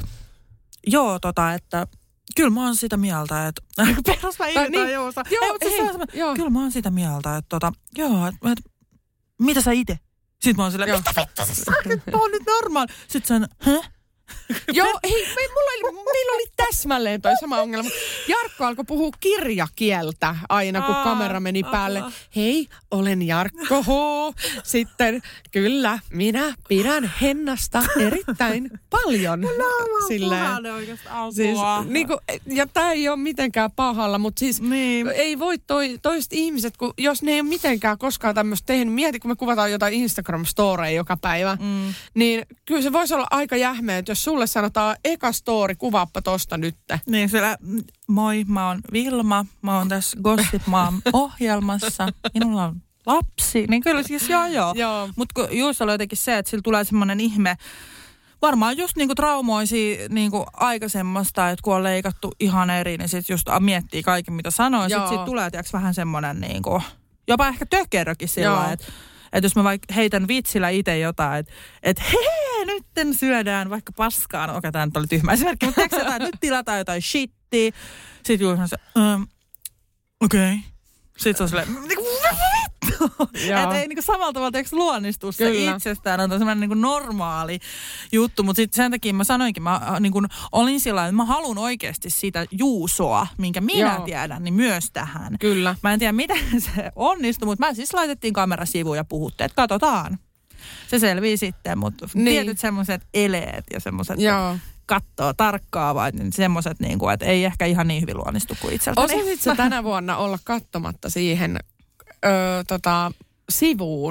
joo tota, että kyllä mä oon sitä mieltä, että perus mä irtaan niin, Juusa. Joo, ei, hei, se joo. Kyllä mä oon sitä mieltä, että tota, joo, että et, mitä sä ite? Sitten mä oon silleen, mitä vittu sä saat, mä oon nyt normaali. Sitten se on, hä? Joo, hei, me, mulla oli, meillä oli täsmälleen toi sama ongelma. Jarkko alkoi puhua kirjakieltä aina, kun Aa, kamera meni päälle. Aha. Hei, olen Jarkko H. Sitten, kyllä, minä pidän Hennasta erittäin paljon. No, silleen. Oikeastaan siis, niin kuin, ja tää ei ole mitenkään pahalla, mutta siis niin. Ei voi toi, toiset ihmiset, kun, jos ne ei ole mitenkään koskaan tämmöistä tehnyt. Mieti, kun me kuvataan jotain Instagram-storeja joka päivä, mm. niin kyllä se voisi olla aika jähmeä, että jos sulle sanotaan eka story, kuvaappa tosta nyt. Niin siellä, moi, mä oon Vilma, mä oon tässä Gossip Mom-ohjelmassa, minulla on lapsi. Niin kyllä siis joo joo. joo. Mutta Juusolla on jotenkin se, että sillä tulee semmoinen ihme, varmaan just niinku traumoisia niinku aikaisemmasta, että kun on leikattu ihan eri, niin sitten just miettii kaiken mitä sanoo. Sitten siitä tulee tiiäks vähän semmoinen niinku, jopa ehkä tökerökin sillä, että että jos mä vaikka heitän vitsillä itse jotain, että et, hei, nytten syödään vaikka paskaa. No okei, tämä nyt oli tyhmä esimerkki, mutta teekö jotain, nyt tilataan jotain shittiä. Sitten Juuri on se, um, okei. Okay. Sitten se on silleen, niinku, vittu. Että ei niinku samalla tavalla teeksi luonnistua se itsestään. On semmoinen niinku normaali juttu. Mutta sitten sen takia mä sanoinkin, mä niinku, olin sillä että mä haluan oikeasti sitä Juusoa, minkä minä Joo. tiedän, niin myös tähän. Kyllä. Mä en tiedä, miten se onnistui, mutta mä siis laitettiin kamera sivuun ja puhuttiin, että katsotaan. Se selvii sitten, mutta niin. Tietyt semmoiset eleet ja semmoiset kattoo tarkkaavat, niin semmoiset, niin kuin, että ei ehkä ihan niin hyvin luonnistu kuin itseltäni. Osasitko tänä vuonna olla katsomatta siihen ö, tota, sivuun?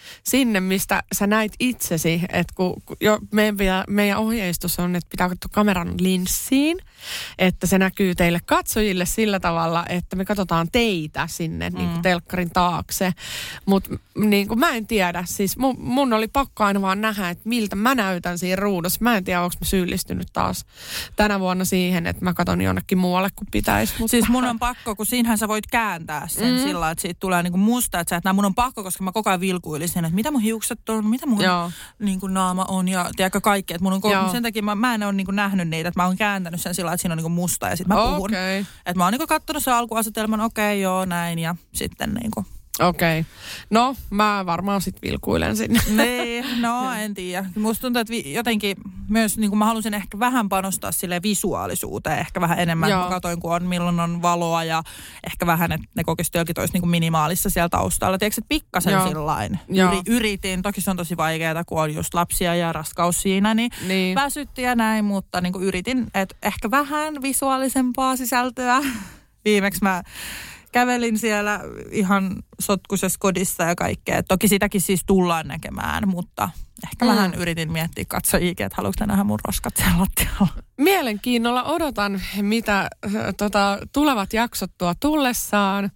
sinne, mistä sä näit itsesi. Että kun, kun jo meidän, meidän ohjeistus on, että pitää katsoa kameran linssiin, että se näkyy teille katsojille sillä tavalla, että me katsotaan teitä sinne mm. niin kuin telkkarin taakse. Mutta niin mä en tiedä, siis mun, mun oli pakko aina vaan nähdä, että miltä mä näytän siinä ruudussa. Mä en tiedä, onko mä syyllistynyt taas tänä vuonna siihen, että mä katson jonnekin muualle kuin pitäisi. Mutta... Siis mun on pakko, kun siinähän sä voit kääntää sen mm. sillä, että siitä tulee niinku musta, että sä, että mun on pakko, koska mä koko ajan vilkuilisin, että mitä mun hiukset on, mitä mun niinku naama on ja tiedätkö kaikki. Että mun on koko, sen takia mä, mä en ole niinku nähnyt niitä, että mä oon kääntänyt sen sillä, että siinä on niinku musta ja sit mä puhun. Okay. Että mä oon niinku kattonut sen alkuasetelman, okei okay, joo näin ja sitten niinku. Okei. Okay. No, mä varmaan sit vilkuilen sinne. Niin, no en tiedä. Musta tuntuu, että vi- jotenkin myös niin kuin mä halusin ehkä vähän panostaa sille visuaalisuuteen. Ehkä vähän enemmän, kun katoin, kun on, milloin on valoa ja ehkä vähän, että ne kokistyökin olisi niin kuin minimaalissa siellä taustalla. Tiedätkö, että pikkasen sillain Yri, yritin. Toki se on tosi vaikeaa, kun on just lapsia ja raskaus siinä, niin, niin. väsytti ja näin, mutta niin kuin yritin, että ehkä vähän visuaalisempaa sisältöä. Viimeksi mä kävelin siellä ihan sotkuisessa kodissa ja kaikkea. Toki sitäkin siis tullaan näkemään, mutta ehkä mm. vähän yritin miettiä katsojia, että haluatko nähdä mun roskat siellä lattialla. Mielenkiinnolla odotan, mitä äh, tota, tulevat jaksot tuo tullessaan.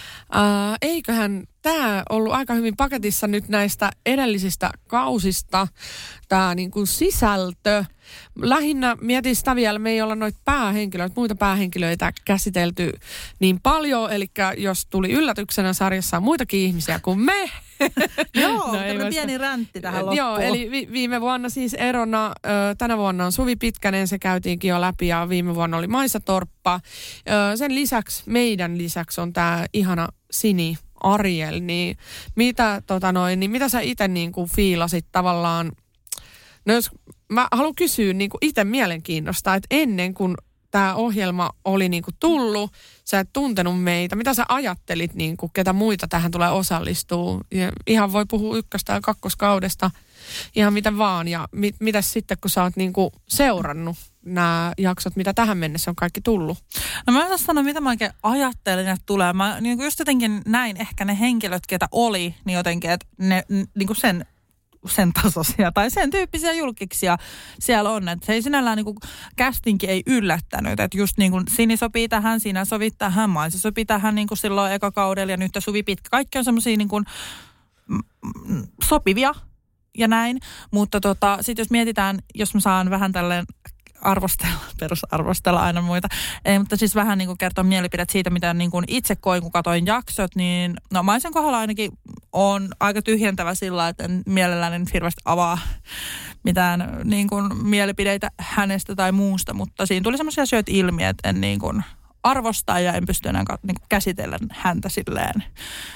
Äh, eiköhän tämä ollut aika hyvin paketissa nyt näistä edellisistä kausista, tämä niin kuin sisältö. Lähinnä mietin sitä vielä, me ei olla noita päähenkilöitä, muita päähenkilöitä käsitelty niin paljon, eli jos tuli yllätyksenä sarjassa muitakin ihmisiä kuin me. Joo, no, tämmöinen pieni räntti tähän loppuun. Joo, eli vi- viime vuonna siis erona, ö, tänä vuonna on Suvi Pitkänen, se käytiinkin jo läpi ja viime vuonna oli Maisa Torppa. Ö, sen lisäksi, meidän lisäksi on tämä ihana Sini Ariel, niin mitä, tota noin, niin mitä sä itse niin kuin fiilasit tavallaan, no jos mä haluan kysyä niin kuin itse mielenkiinnosta, että ennen kuin tämä ohjelma oli niin kuin tullut, sä et tuntenut meitä, mitä sä ajattelit, niin kuin, ketä muita tähän tulee osallistua, ja ihan voi puhua ykköstä ja kakkoskaudesta, ihan mitä vaan, ja mit, mitäs sitten, kun sä oot niin kuin seurannut nämä jaksot, mitä tähän mennessä on kaikki tullut? No mä en saa sanoa, mitä mä oikein ajattelin, että tulee. Mä niin just jotenkin näin ehkä ne henkilöt, ketä oli, niin jotenkin, että ne niin kuin sen, sen tasoisia tai sen tyyppisiä julkiksia siellä on. Että se ei sinällään niin kuin castingkin ei yllättänyt. Että just niin kuin Sini sopii tähän, Sinä sopii tähän, Maisa sopii tähän niin kuin silloin eka kaudella ja nyt Suvi Pitkä. Kaikki on semmoisia niin kuin sopivia ja näin. Mutta tota, sitten jos mietitään, jos mä saan vähän tälleen arvostella, perusarvostella aina muita. Ei, mutta siis vähän niin kuin kertoa mielipidet siitä, mitä niin kuin itse koin, kun katsoin jaksot, niin no Maisen kohdalla ainakin on aika tyhjentävä sillä, että en mielelläni nyt hirveästi avaa mitään niin kuin mielipideitä hänestä tai muusta, mutta siinä tuli semmoisia asioita ilmi, että en niin kuin arvostaa ja en pysty enää niin kuin käsitellä häntä silleen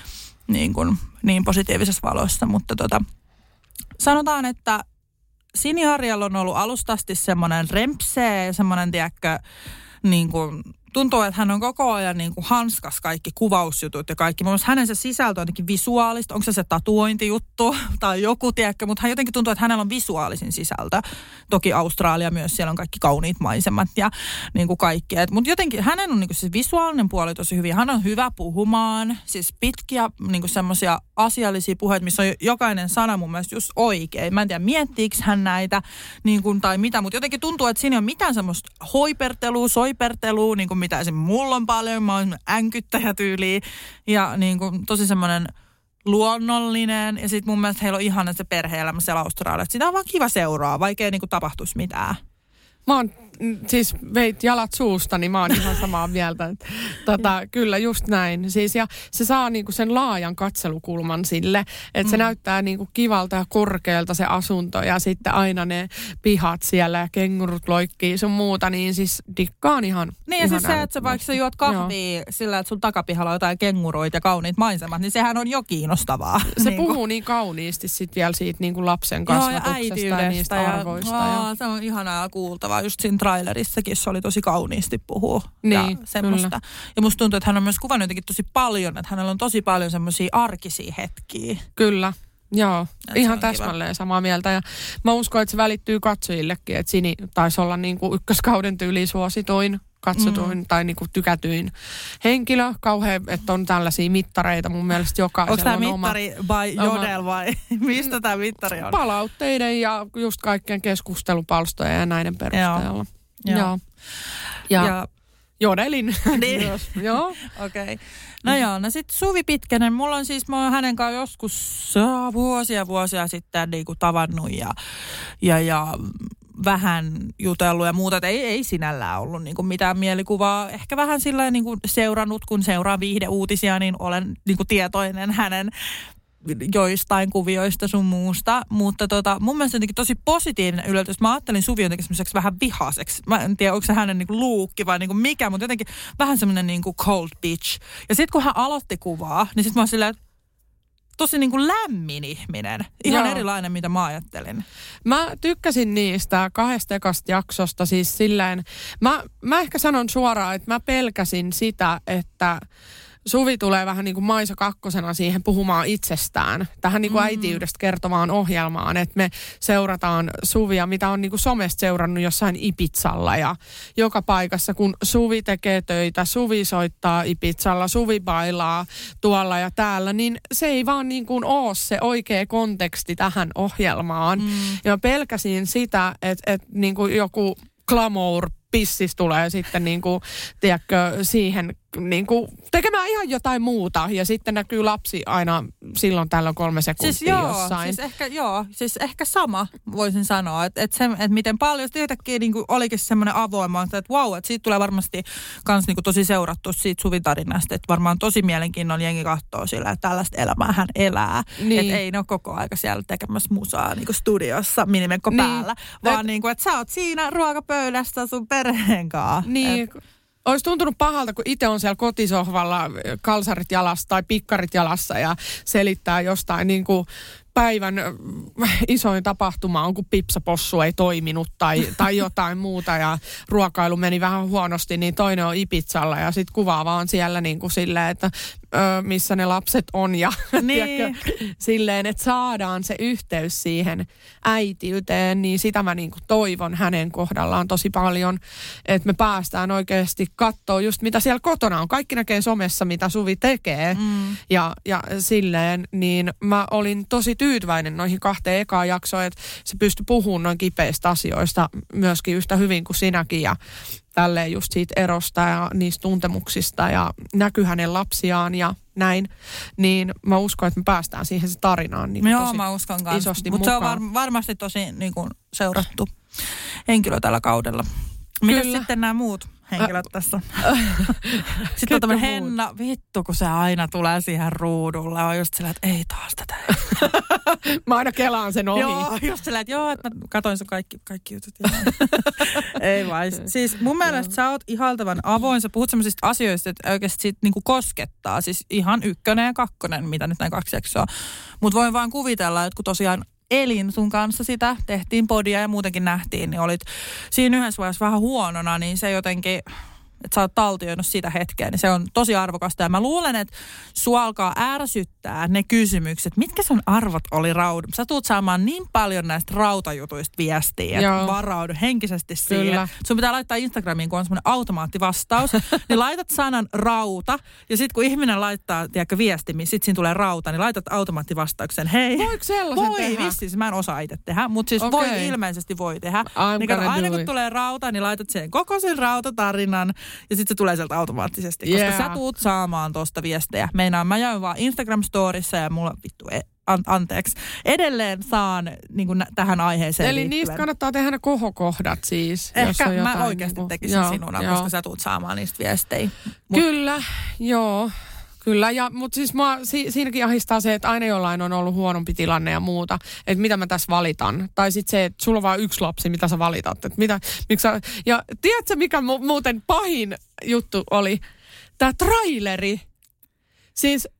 niin kuin niin positiivisessa valossa, mutta tota, sanotaan, että Sini Ariel on ollut alusta asti semmoinen rempsee ja semmoinen, tiedätkö, niin kuin, tuntuu, että hän on koko ajan niin kuin hanskas kaikki kuvausjutut ja kaikki. Mun mielestä hänen se sisältö on jotenkin visuaalista, onko se se tatuointijuttu tai joku, tiedätkö, mutta hän jotenkin tuntuu, että hänellä on visuaalisin sisältö. Toki Australia myös, siellä on kaikki kauniit maisemat ja niin kuin kaikki. Mutta jotenkin hänen on niin kuin se visuaalinen puoli tosi hyvin. Hän on hyvä puhumaan, siis pitkiä niin kuin semmoisia asiallisia puheita, missä on jokainen sana mun mielestä just oikein. Mä en tiedä, miettiikö hän näitä niin kuin, tai mitä, mutta jotenkin tuntuu, että siinä ei ole mitään semmoista hoipertelua, soipertelua, niin kuin mitä esimerkiksi mulla on paljon, mä oon änkyttäjätyyliä ja niin kuin tosi semmoinen luonnollinen. Ja sitten mun mielestä heillä on ihana se perhe-elämä siellä Australiassa. Sitä on vaan kiva seuraa, vaikea niin kuin tapahtuisi mitään. Mä oon, siis veit jalat suusta, niin mä oon ihan samaa mieltä. Tota, kyllä, just näin. Siis, ja se saa niinku sen laajan katselukulman sille, että mm. se näyttää niinku kivalta ja korkealta se asunto ja sitten aina ne pihat siellä ja kengurut loikkii sun muuta, niin siis dikkaan ihan. Niin ja siis se, että sä vaikka sä juot kahvia Joo. sillä, että sun takapihalla on jotain kenguroita ja kauniit maisemat, niin sehän on jo kiinnostavaa. Se niin puhuu niin kauniisti sit vielä siitä niinku lapsen kasvatuksesta ja, ja niistä ja, arvoista. Ja... Se on ihanaa kuultavaa. Just siinä trailerissakin se oli tosi kauniisti puhua niin, ja semmoista. Kyllä. Ja musta tuntuu, että hän on myös kuvannut jotenkin tosi paljon, että hänellä on tosi paljon semmoisia arkisia hetkiä. Kyllä, joo. Et ihan täsmälleen kiva. Samaa mieltä. Ja mä uskon, että se välittyy katsojillekin, että Sini taisi olla niin kuin ykköskauden tyyliin suosituin katsotuin mm. tai niinku tykätyin henkilö. Kauhean, että on tällaisia mittareita mun mielestä jokaisella. Onko tämä on mittari oma, by Jodel vai mistä tämä mittari on? Palautteiden ja just kaikkien keskustelupalstojen ja näiden perusteella. Joo. Joo. Joo. Ja, ja Jodelin. Niin. Joo. Okei. Okay. No mm. joo, no sit Suvi Pitkänen, mulla on siis, mä oon hänen kanssa joskus äh, vuosia vuosia sitten niin kuin tavannut ja, ja, ja vähän jutellut ja muuta, että ei, ei sinällään ollut niin kuin mitään mielikuvaa. Ehkä vähän sillä niin kuin seurannut, kun seuraa viihdeuutisia, niin olen niin kuin tietoinen hänen joistain kuvioista sun muusta, mutta tota, mun mielestä jotenkin tosi positiivinen yllätys. Mä ajattelin Suvi jotenkin semmoiseksi vähän vihaseksi. Mä en tiedä, onko se hänen niinku luukki vai niinku mikä, mutta jotenkin vähän semmoinen niinku cold bitch. Ja sitten kun hän aloitti kuvaa, niin sitten mä oon silleen, tosi niinku lämmin ihminen. Ihan Joo. erilainen, mitä mä ajattelin. Mä tykkäsin niistä kahdesta ekasta jaksosta siis silleen, mä, mä ehkä sanon suoraan, että mä pelkäsin sitä, että Suvi tulee vähän niin kuin Maisa kakkosena siihen puhumaan itsestään. Tähän niin kuin mm. äitiydestä kertovaan ohjelmaan, että me seurataan Suvia, mitä on niin kuin somesta seurannut jossain Ibizalla ja joka paikassa, kun Suvi tekee töitä, Suvi soittaa Ibizalla, Suvi bailaa tuolla ja täällä, niin se ei vaan niin kuin ole se oikea konteksti tähän ohjelmaan. Mm. Ja mä pelkäsin sitä, että, että niin kuin joku glamour pissis tulee sitten niin kuin, tiedätkö, siihen niin kuin tekemään ihan jotain muuta ja sitten näkyy lapsi aina silloin tällöin kolme sekuntia siis joo, jossain. Siis ehkä, joo, siis ehkä sama voisin sanoa, että, että, se, että miten paljon yhtäkkiä niin kuin olikin semmoinen avoima, että wow, että siitä tulee varmasti kans niin kuin tosi seurattu siitä Suvin tarinasta, että varmaan tosi mielenkiinnolla jengi katsoo sillä, että tällaista elämää hän elää. Niin. Että ei ne ole koko aika siellä tekemässä musaa niin kuin studiossa minimekko niin. päällä, vaan et, niin kuin, että sä oot siinä ruokapöydässä sun perheen kanssa. Niin. Et, olisi tuntunut pahalta, kun itse on siellä kotisohvalla kalsarit jalassa tai pikkarit jalassa ja selittää jostain niin kuin päivän isoin tapahtuma on, kun pipsapossu ei toiminut tai, tai jotain muuta ja ruokailu meni vähän huonosti, niin toinen on Ibizalla ja sitten kuvaa vaan siellä niin kuin silleen, että ö, missä ne lapset on ja niin. tiedätkö, silleen, että saadaan se yhteys siihen äitiyteen, niin sitä mä niin kuin toivon hänen kohdallaan tosi paljon, että me päästään oikeasti katsoa just mitä siellä kotona on. Kaikki näkee somessa, mitä Suvi tekee mm. ja, ja silleen, niin mä olin tosi tyytyväinen noihin kahteen ekaan jaksoon, että se pystyi puhumaan noin kipeistä asioista myöskin yhtä hyvin kuin sinäkin ja tälleen just siitä erosta ja niistä tuntemuksista ja näkyy hänen lapsiaan ja näin, niin mä uskon, että me päästään siihen se tarinaan niin Joo, tosi mä uskon kanssa. isosti Mutta se on mukaan. var- varmasti tosi niin kuin seurattu henkilö tällä kaudella. Mitä sitten nämä muut henkilöt äh, tässä? Sitten on tämmöinen Henna, vittu kun se aina tulee siihen ruudulle. On just sillä, että ei taas tätä. Mä aina kelaan sen ohi. Joo, just sillä, että joo, että mä katoin sun kaikki, kaikki jutut. Ei vai. Siis mun mielestä sä oot ihaltavan avoin. Sä puhut semmoisista asioista, että oikeasti siitä niinku koskettaa. Siis ihan ykkönen ja kakkonen, mitä nyt näin kaksi jaksoa. Mutta voin vaan kuvitella, että kun tosiaan elin sun kanssa sitä, tehtiin podia ja muutenkin nähtiin, niin olit siinä yhdessä vaiheessa vähän huonona, niin se jotenkin, että sä oot taltioinut sitä hetkeä, niin se on tosi arvokasta. Ja mä luulen, että sua alkaa ärsyttää ne kysymykset, mitkä sun arvot oli raudun. Sä tuut saamaan niin paljon näistä rautajutuista viestiä, että varaudu henkisesti siihen. Kyllä. Sun pitää laittaa Instagramiin, kun on semmoinen automaattivastaus, niin laitat sanan rauta, ja sitten kun ihminen laittaa, tiedätkö, viestimiin, sit siinä tulee rauta, niin laitat automaattivastauksen, hei. Voiko sellaisen voi, tehdä? Voi, vissiin, mä en osaa itse tehdä, mutta siis okay. voi, ilmeisesti voi tehdä. Niin kato, aina kun tulee rauta, niin laitat sen koko sen rautatarinan, ja sitten se tulee sieltä automaattisesti, koska yeah. sä tuut saamaan tuosta viestejä. Meinaan, mä jäin vaan Instagram-storissa ja mulla vittu e- an- anteeksi. Edelleen saan niin kuin, tähän aiheeseen Eli liittyen. niistä kannattaa tehdä ne kohokohdat siis. Ehkä jos on mä oikeasti niin tekisin joo, sinuna, joo. koska sä tuut saamaan niistä viestejä. Mut, Kyllä, joo. Kyllä, ja, mutta siis mua si, siinäkin ahistaa se, että aina jollain on ollut huonompi tilanne ja muuta, että mitä mä tässä valitan. Tai sitten se, että sulla on vain yksi lapsi, mitä sä valitat. Että mitä, miksi sä, ja tiedätkö, mikä mu, muuten pahin juttu oli? Tämä traileri. Siis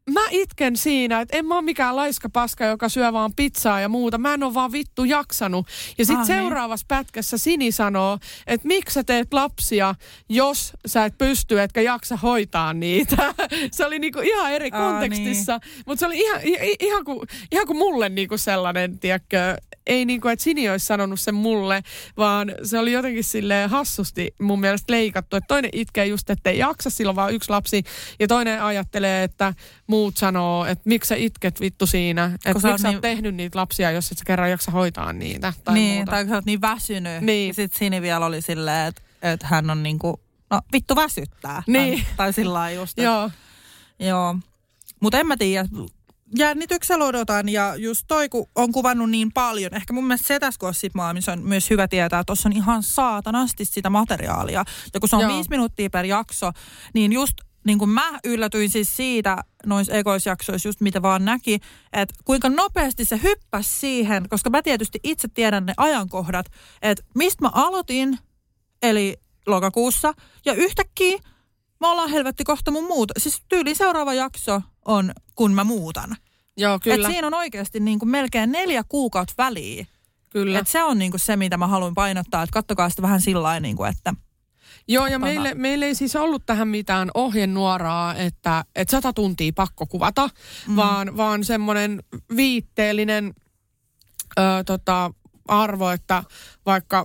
mä itken siinä, että en mä ole mikään laiska paska, joka syö vaan pizzaa ja muuta. Mä en ole vaan vittu jaksanut. Ja sitten seuraavassa pätkässä Sini sanoo, että miksi sä teet lapsia, jos sä et pysty, etkä jaksa hoitaa niitä. Se oli niinku ihan eri kontekstissa. Ah, niin. Mutta se oli ihan, ihan, kuin, ihan kuin mulle niinku sellainen, tiedätkö, ei niinku, että Sini olisi sanonut sen mulle, vaan se oli jotenkin silleen hassusti mun mielestä leikattu. Että toinen itkee just, että ei jaksa, silloin vaan yksi lapsi. Ja toinen ajattelee, että muut sanoo, että miksi sä itket vittu siinä. Että miksi sä oot niin... tehnyt niitä lapsia, jos et sä kerran jaksa hoitaa niitä. Tai niin, muuta. Tai kun sä oot niin väsynyt. Niin. Ja sit Sini vielä oli silleen, että, että hän on niinku, no vittu väsyttää. Niin. Tai, tai sillä lailla just. Joo. Joo. Mutta en mä tiedä. Jännityksellä odotan ja just toi, kun on kuvannut niin paljon. Ehkä mun mielestä Setäs Gossip Momissa on myös hyvä tietää, että tuossa on ihan saatanasti sitä materiaalia. Ja kun se on Joo. viisi minuuttia per jakso, niin just niin kuin mä yllätyin siis siitä noissa ekoisjaksoissa just mitä vaan näki, että kuinka nopeasti se hyppäsi siihen, koska mä tietysti itse tiedän ne ajankohdat, että mistä mä aloitin, eli lokakuussa, ja yhtäkkiä me ollaan helvetti kohta mun muuta. Siis tyyli seuraava jakso on, kun mä muutan. Joo, kyllä. Et siinä on oikeasti niin kuin melkein neljä kuukautta väliä. Kyllä. Et se on niin kuin se, mitä mä haluan painottaa, että kattokaa sitä vähän sillä lailla, niin kuin, että... Joo, ja meille, meille ei siis ollut tähän mitään ohjenuoraa, että, että sata tuntia pakko kuvata, mm. vaan, vaan semmoinen viitteellinen ö, tota, arvo, että vaikka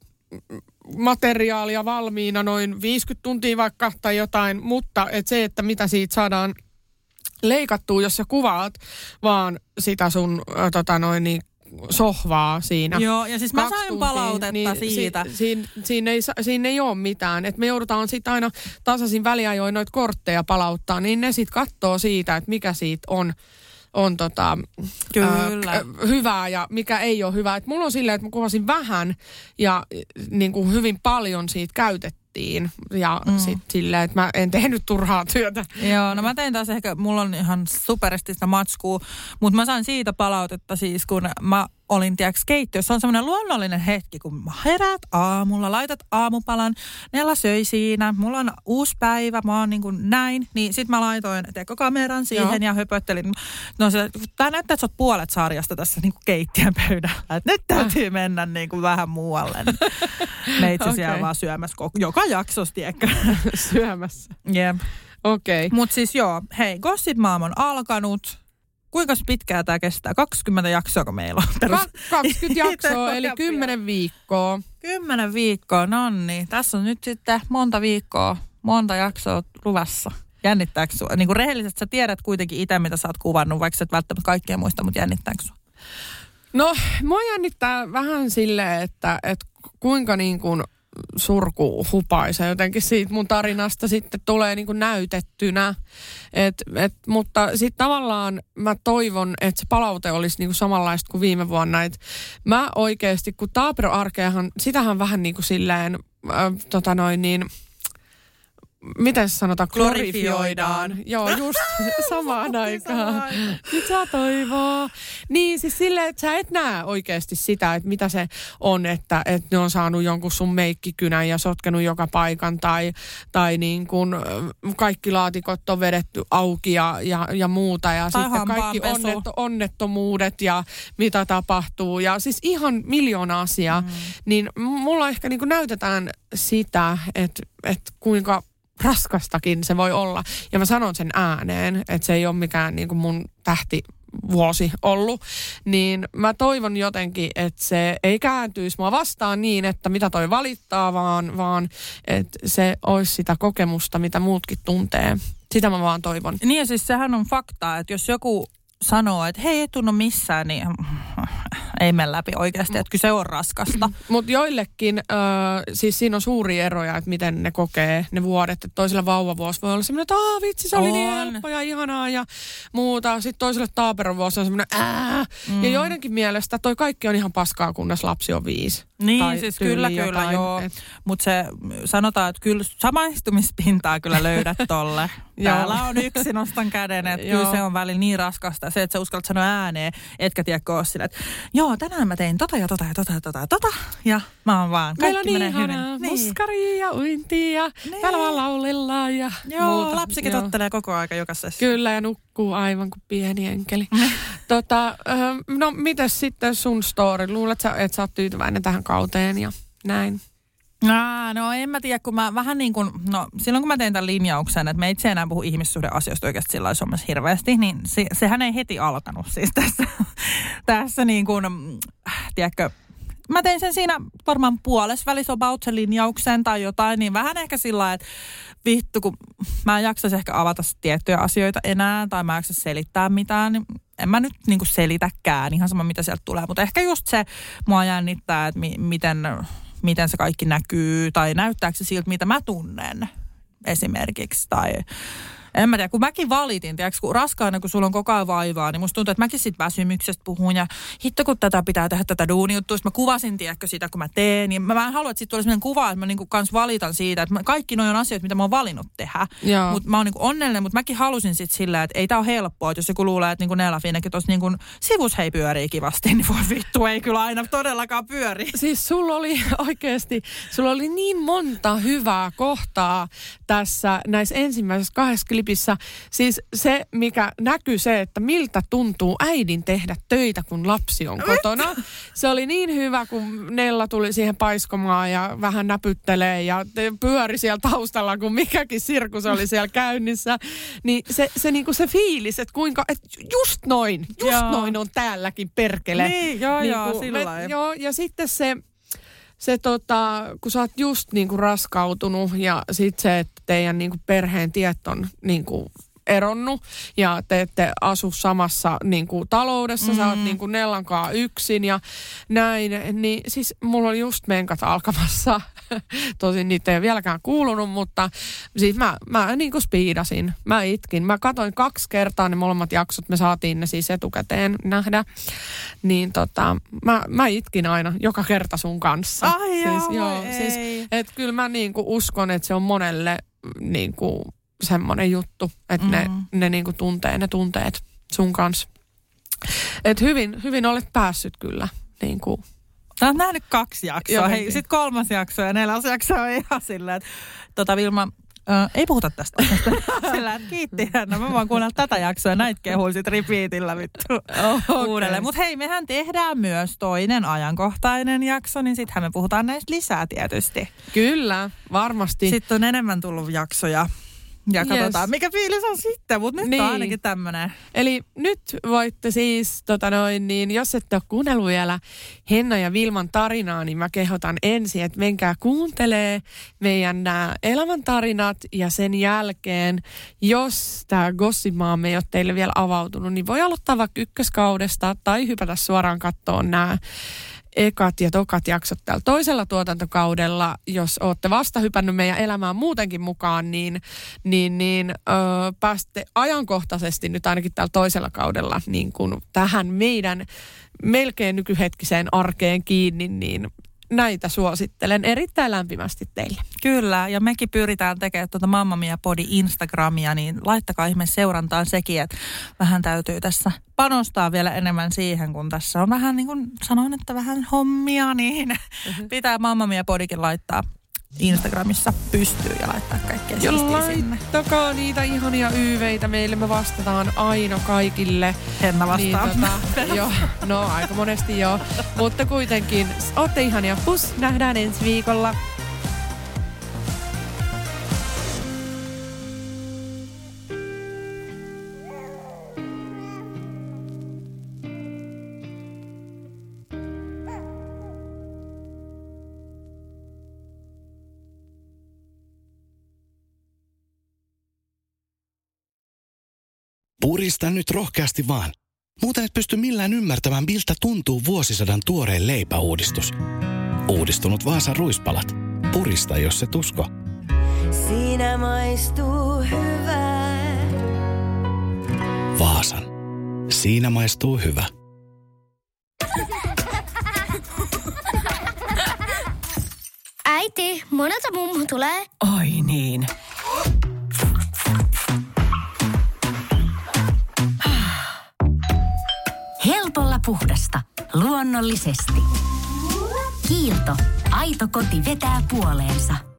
materiaalia valmiina noin viisikymmentä tuntia vaikka tai jotain, mutta että se, että mitä siitä saadaan leikattua, jos sä kuvaat, vaan sitä sun ö, tota noin niin, sohvaa siinä. Joo, ja siis mä sain tuntia, palautetta niin siitä. Si, siinä, siinä, ei, siinä ei ole mitään. Et me joudutaan sitten aina tasaisin väliajoin noita kortteja palauttaa, niin ne sitten katsoo siitä, että mikä siitä on, on tota, Kyllä. Ää, hyvää ja mikä ei ole hyvää. Et mulla on silleen, että mä kuvasin vähän ja niin kuin hyvin paljon siitä käytettiin. Ja mm. sitten silleen, että mä en tehnyt turhaa työtä. Joo, no mä tein taas ehkä, mulla on ihan superisti sitä matskua, mutta mä sain siitä palautetta siis, kun mä olin, tiedätkö, keittiössä. Se on semmoinen luonnollinen hetki, kun herät aamulla, laitat aamupalan, Nella söi siinä, mulla on uusi päivä, mä oon niin kuin näin. Niin sit mä laitoin tekokameran siihen Joo. ja höpöttelin. No se, tää näyttää, että sä oot puolet sarjasta tässä niin kuin keittiön pöydällä. Et nyt täytyy mennä niin kuin vähän muualle. Meitsi okay. siellä vaan syömässä koko, joka jaksossa, tiedätkö? Syömässä. Jep. Okei. Okay. Mut siis joo, hei, Gossip Mom on alkanut. Kuinka pitkää tämä kestää? kaksikymmentä jaksoa, kun meillä on? Perus... kaksikymmentä jaksoa, eli kymmenen viikkoa. kymmenen viikkoa, no niin. Tässä on nyt sitten monta viikkoa, monta jaksoa luvassa. Jännittääkö sinua? Niin kuin rehellisesti sä tiedät kuitenkin itse, mitä sä oot kuvannut, vaikka sä et välttämättä kaikkea muista, mutta jännittääkö sinua? No, mua jännittää vähän silleen, että, että kuinka niin kuin surku hupaisa jotenkin siitä mun tarinasta sitten tulee niin kuin näytettynä. Et, et, mutta sitten tavallaan mä toivon, että se palaute olisi niin kuin samanlaista kuin viime vuonna. Et mä oikeasti, kun Taapero-arkeahan, sitähän vähän niin kuin silleen, äh, tota noin niin, miten sanotaan, glorifioidaan. Joo, just samaan aikaan. Nyt saa toivoa. Niin, siis silleen, että sä et näe oikeasti sitä, että mitä se on, että, että ne on saanut jonkun sun meikkikynän ja sotkenut joka paikan tai, tai niin kuin kaikki laatikot on vedetty auki ja, ja, ja muuta. Ja tai sitten kaikki onnet, onnettomuudet ja mitä tapahtuu. Ja siis ihan miljoona asiaa. Mm. Niin mulla ehkä niin kuin näytetään sitä, että, että kuinka raskastakin se voi olla. Ja mä sanon sen ääneen, että se ei ole mikään niin kuin mun tähtivuosi ollut. Niin mä toivon jotenkin, että se ei kääntyisi mua vastaan niin, että mitä toi valittaa, vaan, vaan että se olisi sitä kokemusta, mitä muutkin tuntee. Sitä mä vaan toivon. Niin ja siis sehän on faktaa, että jos joku sanoo, että hei, ei tunnu missään, niin ei mene läpi oikeasti, että kyllä se on raskasta. Mutta joillekin, äh, siis siinä on suuria eroja, että miten ne kokee ne vuodet. Että toisella vauvavuosi voi olla semmoinen, että aah vitsi, se oli on. Niin helppo ja ihanaa ja muuta. Sitten toiselle taaperovuosi on semmoinen ää. Mm. Ja joidenkin mielestä toi kaikki on ihan paskaa, kunnes lapsi on viisi. Niin, tai siis kyllä, jotain, kyllä, joo. Et... Mutta se sanotaan, että kyllä samaistumispintaa kyllä löydät tolle. Täällä on yksi, nostan käden, että kyllä se on välillä niin raskasta. Se, että sä uskallat sanoa ääneen, etkä tiedä ole sillä, että joo, joo, tänään mä tein tota ja tota ja tota ja tota ja tota. Ja mä oon vaan, kaikki menee hyvin. Meillä on niin muskari ja uinti ja niin. Täällä vaan laulellaan ja joo, muuta. lapsikin joo. Tottelee koko aika jokaisessa. Kyllä, ja nukkuu aivan kuin pieni enkeli. tota, no, mitäs sitten sun story? Luulet sä, että sä oot tyytyväinen tähän kauteen ja näin? Ah, no en mä tiedä, kun mä vähän niin kuin, no silloin kun mä tein tämän linjauksen, että me itse enää puhu ihmissuhdeasioista oikeasti sillä lailla Suomessa hirveästi, niin se, sehän ei heti alkanut siis tässä, tässä niin kuin, tiedätkö, mä tein sen siinä varmaan puolessa välissä about sen linjauksen tai jotain, niin vähän ehkä sillä lailla, että vittu, kun mä en jaksaisi ehkä avata tiettyjä asioita enää tai mä en jaksaisi selittää mitään, niin en mä nyt niin kuin selitäkään, ihan sama mitä sieltä tulee, mutta ehkä just se mua jännittää, että mi- miten... miten se kaikki näkyy, tai näyttääkö se siltä, mitä mä tunnen esimerkiksi, tai en mä tiedä, kun mäkin valitin, tiedätkö, kun raskaana, kun sulla on koko ajan vaivaa, niin musta tuntuu, että mäkin sit väsymyksestä puhun, ja hitto, kun tätä pitää tehdä tätä duunijuttua, mä kuvasin, tiedätkö, sitä, kun mä teen, niin mä en halua, että siitä tulee sellainen kuva, että mä niinku kans valitan siitä, että mä, kaikki noi on asioita, mitä mä oon valinnut tehdä, mutta mä oon niinku onnellinen, mutta mäkin halusin sit sillä, että ei tää ole helppoa, että jos joku luulee, että niinku Nella Finekin tuossa niinku sivus hei pyörii kivasti, niin voi vittu, ei kyllä aina todellakaan pyöri. Siis sulla oli oikeasti, sulla oli niin monta hyvää kohtaa tässä näissä ensimmäisessä kahdessa klipissä. Siis se, mikä näkyy se, että miltä tuntuu äidin tehdä töitä, kun lapsi on kotona. Se oli niin hyvä, kun Nella tuli siihen paiskomaan ja vähän näpyttelee ja pyöri siellä taustalla, kun mikäkin sirkus oli siellä käynnissä. Niin se, se, niinku se fiilis, että kuinka, että just noin, just joo. noin on täälläkin perkele. Niin, joo, niin joo, kuin, sillä me, joo, ja sitten se... Se tota, kun sä oot just niinku raskautunut ja sit se, että teidän niinku perheen tiet on niinku eronnut ja te ette asu samassa niinku taloudessa, mm-hmm. sä oot niinku Nellankaan yksin ja näin, niin siis mulla oli just menkat alkamassa. Tosin niitä ei ole vieläkään kuulunut, mutta siis mä, mä niinku spiidasin, mä itkin. Mä katoin kaksi kertaa ne molemmat jaksot, me saatiin ne siis etukäteen nähdä. Niin tota, mä, mä itkin aina joka kerta sun kanssa. Ai siis, joo, joo, ei. siis, et kyllä mä niinku uskon, että se on monelle niinku semmoinen juttu, että mm. ne, ne niinku tuntee ne tunteet sun kanssa. Että hyvin, hyvin olet päässyt kyllä niinku. Sä oot nähnyt kaksi jaksoa. Hei, sit kolmas jakso ja neljäs jakso on ihan silleen, että tota Vilma, ää, ei puhuta tästä. Sillä, että kiitti. No mä voin kuunnella tätä jaksoa ja näitä kehuin sit repeatillä vittu okay. uudelleen. Mutta hei, mehän tehdään myös toinen ajankohtainen jakso, niin sittenhän me puhutaan näistä lisää tietysti. Kyllä, varmasti. Sitten on enemmän tullut jaksoja. Ja katsotaan, yes. mikä fiilis on sitten, mutta nyt niin. on ainakin tämmöinen. Eli nyt voitte siis, tota noin, niin jos ette ole kuunnellut vielä Henna ja Vilman tarinaa, niin mä kehotan ensin, että menkää kuuntelee meidän nämä elämäntarinat ja sen jälkeen, jos tämä Gossipmaamme ei ole teille vielä avautunut, niin voi aloittaa vaikka ykköskaudesta tai hypätä suoraan kattoon nämä ekat ja tokat jaksot täällä toisella tuotantokaudella. Jos olette vasta hypännyt meidän elämään muutenkin mukaan, niin, niin, niin ö, pääsette ajankohtaisesti nyt ainakin täällä toisella kaudella niin kuin tähän meidän melkein nykyhetkiseen arkeen kiinni, niin näitä suosittelen erittäin lämpimästi teille. Kyllä, ja mekin pyritään tekemään tuota Mamma Mia Podi Instagramia, niin laittakaa ihmeessä seurantaan sekin, että vähän täytyy tässä panostaa vielä enemmän siihen, kun tässä on vähän niin kuin sanoin, että vähän hommia, niin mm-hmm. pitää Mamma Mia Podikin laittaa Instagramissa pystyy ja laittaa kaikkea siistiä sinne. Laittakaa niitä ihaniayyveitä meille, me vastataan aina kaikille. Henna vastaa. Niin, tota, joo, no aika monesti joo. Mutta kuitenkin, ootte ihania. Pus, nähdään ensi viikolla. Purista nyt rohkeasti vaan. Muuten et pysty millään ymmärtämään, miltä tuntuu vuosisadan tuoreen leipäuudistus. Uudistunut Vaasan ruispalat. Purista, jos se usko. Siinä maistuu hyvä. Vaasan. Siinä maistuu hyvä. Äiti, monelta mummu tulee? Oi niin. Helpolla puhdasta. Luonnollisesti. Kiilto. Aito koti vetää puoleensa.